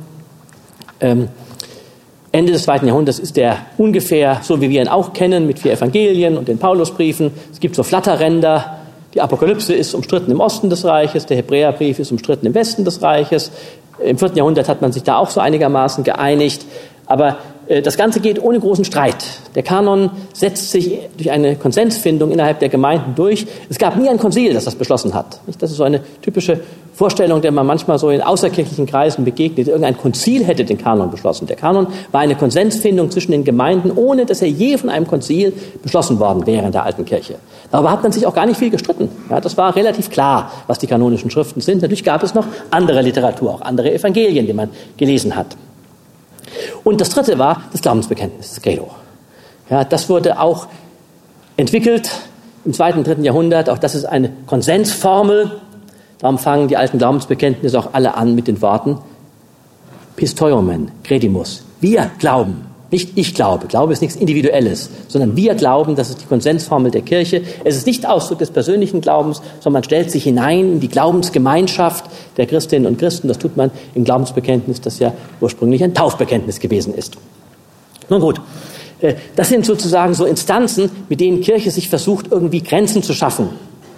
Speaker 1: Ende des 2. Jahrhunderts ist der ungefähr so, wie wir ihn auch kennen, mit 4 Evangelien und den Paulusbriefen. Es gibt so Flatterränder. Die Apokalypse ist umstritten im Osten des Reiches, der Hebräerbrief ist umstritten im Westen des Reiches. Im 4. Jahrhundert hat man sich da auch so einigermaßen geeinigt. Aber das Ganze geht ohne großen Streit. Der Kanon setzt sich durch eine Konsensfindung innerhalb der Gemeinden durch. Es gab nie ein Konzil, das beschlossen hat. Das ist so eine typische Vorstellung, der man manchmal so in außerkirchlichen Kreisen begegnet. Irgendein Konzil hätte den Kanon beschlossen. Der Kanon war eine Konsensfindung zwischen den Gemeinden, ohne dass er je von einem Konzil beschlossen worden wäre in der alten Kirche. Darüber hat man sich auch gar nicht viel gestritten. Ja, das war relativ klar, was die kanonischen Schriften sind. Natürlich gab es noch andere Literatur, auch andere Evangelien, die man gelesen hat. Und das Dritte war das Glaubensbekenntnis, das Credo. Ja, das wurde auch entwickelt im 2. und 3. Jahrhundert. Auch das ist eine Konsensformel. Darum fangen die alten Glaubensbekenntnisse auch alle an mit den Worten Pistoiomen, Credimus. Wir glauben, nicht ich glaube. Glaube ist nichts Individuelles, sondern wir glauben, das ist die Konsensformel der Kirche. Es ist nicht Ausdruck des persönlichen Glaubens, sondern man stellt sich hinein in die Glaubensgemeinschaft der Christinnen und Christen. Das tut man im Glaubensbekenntnis, das ja ursprünglich ein Taufbekenntnis gewesen ist. Nun gut, das sind sozusagen so Instanzen, mit denen Kirche sich versucht, irgendwie Grenzen zu schaffen.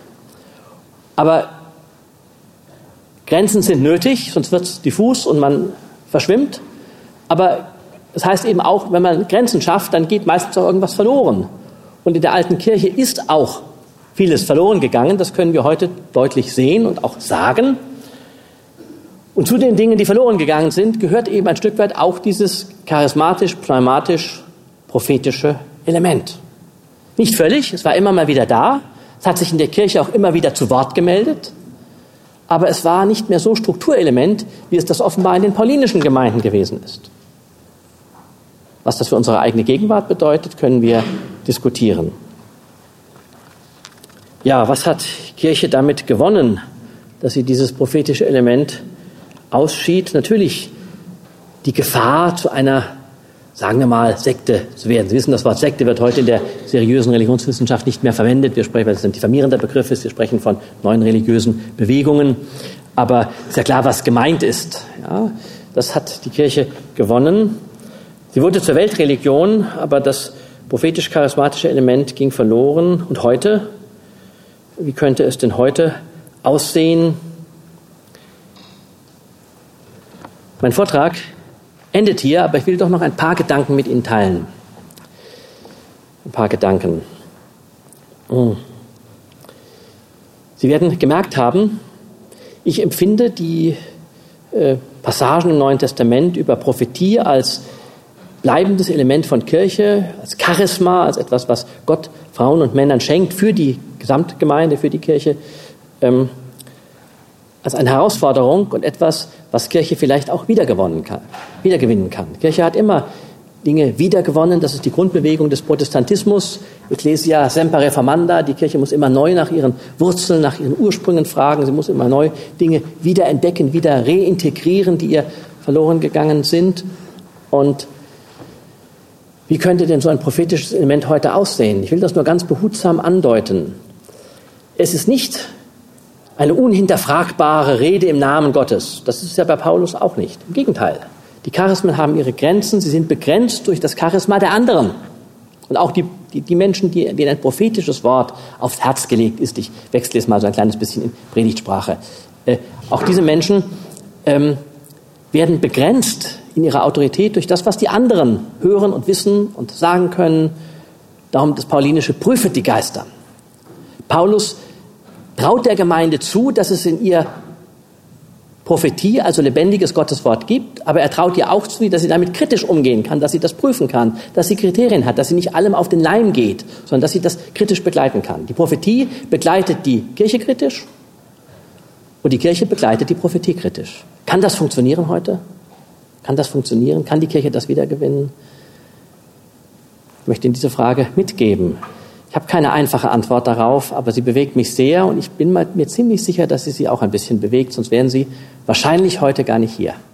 Speaker 1: Aber Grenzen sind nötig, sonst wird es diffus und man verschwimmt. Aber das heißt eben auch, wenn man Grenzen schafft, dann geht meistens auch irgendwas verloren. Und in der alten Kirche ist auch vieles verloren gegangen. Das können wir heute deutlich sehen und auch sagen. Und zu den Dingen, die verloren gegangen sind, gehört eben ein Stück weit auch dieses charismatisch, pneumatisch, prophetische Element. Nicht völlig, es war immer mal wieder da. Es hat sich in der Kirche auch immer wieder zu Wort gemeldet. Aber es war nicht mehr so Strukturelement, wie es das offenbar in den paulinischen Gemeinden gewesen ist. Was das für unsere eigene Gegenwart bedeutet, können wir diskutieren. Ja, was hat Kirche damit gewonnen, dass sie dieses prophetische Element ausschied? Natürlich die Gefahr, zu einer, sagen wir mal, Sekte zu werden. Sie wissen, das Wort Sekte wird heute in der seriösen Religionswissenschaft nicht mehr verwendet. Wir sprechen, weil es ein diffamierender Begriff ist, wir sprechen von neuen religiösen Bewegungen. Aber ist ja klar, was gemeint ist. Ja, das hat die Kirche gewonnen. Sie wurde zur Weltreligion, aber das prophetisch-charismatische Element ging verloren. Und heute, wie könnte es denn heute aussehen? Mein Vortrag endet hier, aber ich will doch noch ein paar Gedanken mit Ihnen teilen. Ein paar Gedanken. Sie werden gemerkt haben, ich empfinde die Passagen im Neuen Testament über Prophetie als bleibendes Element von Kirche, als Charisma, als etwas, was Gott Frauen und Männern schenkt für die Gesamtgemeinde, für die Kirche, als eine Herausforderung und etwas, was Kirche vielleicht auch wiedergewinnen kann. Kirche hat immer Dinge wiedergewonnen, das ist die Grundbewegung des Protestantismus. Ecclesia semper reformanda, die Kirche muss immer neu nach ihren Wurzeln, nach ihren Ursprüngen fragen, sie muss immer neu Dinge wiederentdecken, wieder reintegrieren, die ihr verloren gegangen sind. Und wie könnte denn so ein prophetisches Element heute aussehen? Ich will das nur ganz behutsam andeuten. Es ist nicht eine unhinterfragbare Rede im Namen Gottes. Das ist ja bei Paulus auch nicht. Im Gegenteil. Die Charismen haben ihre Grenzen, sie sind begrenzt durch das Charisma der anderen. Und auch die Menschen, denen ein prophetisches Wort aufs Herz gelegt ist, ich wechsle jetzt mal so ein kleines bisschen in Predigtsprache, auch diese Menschen werden begrenzt in ihrer Autorität durch das, was die anderen hören und wissen und sagen können. Darum das Paulinische: prüfet die Geister. Paulus traut der Gemeinde zu, dass es in ihr Prophetie, also lebendiges Gotteswort gibt, aber er traut ihr auch zu, dass sie damit kritisch umgehen kann, dass sie das prüfen kann, dass sie Kriterien hat, dass sie nicht allem auf den Leim geht, sondern dass sie das kritisch begleiten kann. Die Prophetie begleitet die Kirche kritisch und die Kirche begleitet die Prophetie kritisch. Kann das funktionieren heute? Kann das funktionieren? Kann die Kirche das wiedergewinnen? Ich möchte Ihnen diese Frage mitgeben. Ich habe keine einfache Antwort darauf, aber sie bewegt mich sehr und ich bin mir ziemlich sicher, dass sie auch ein bisschen bewegt, sonst wären Sie wahrscheinlich heute gar nicht hier.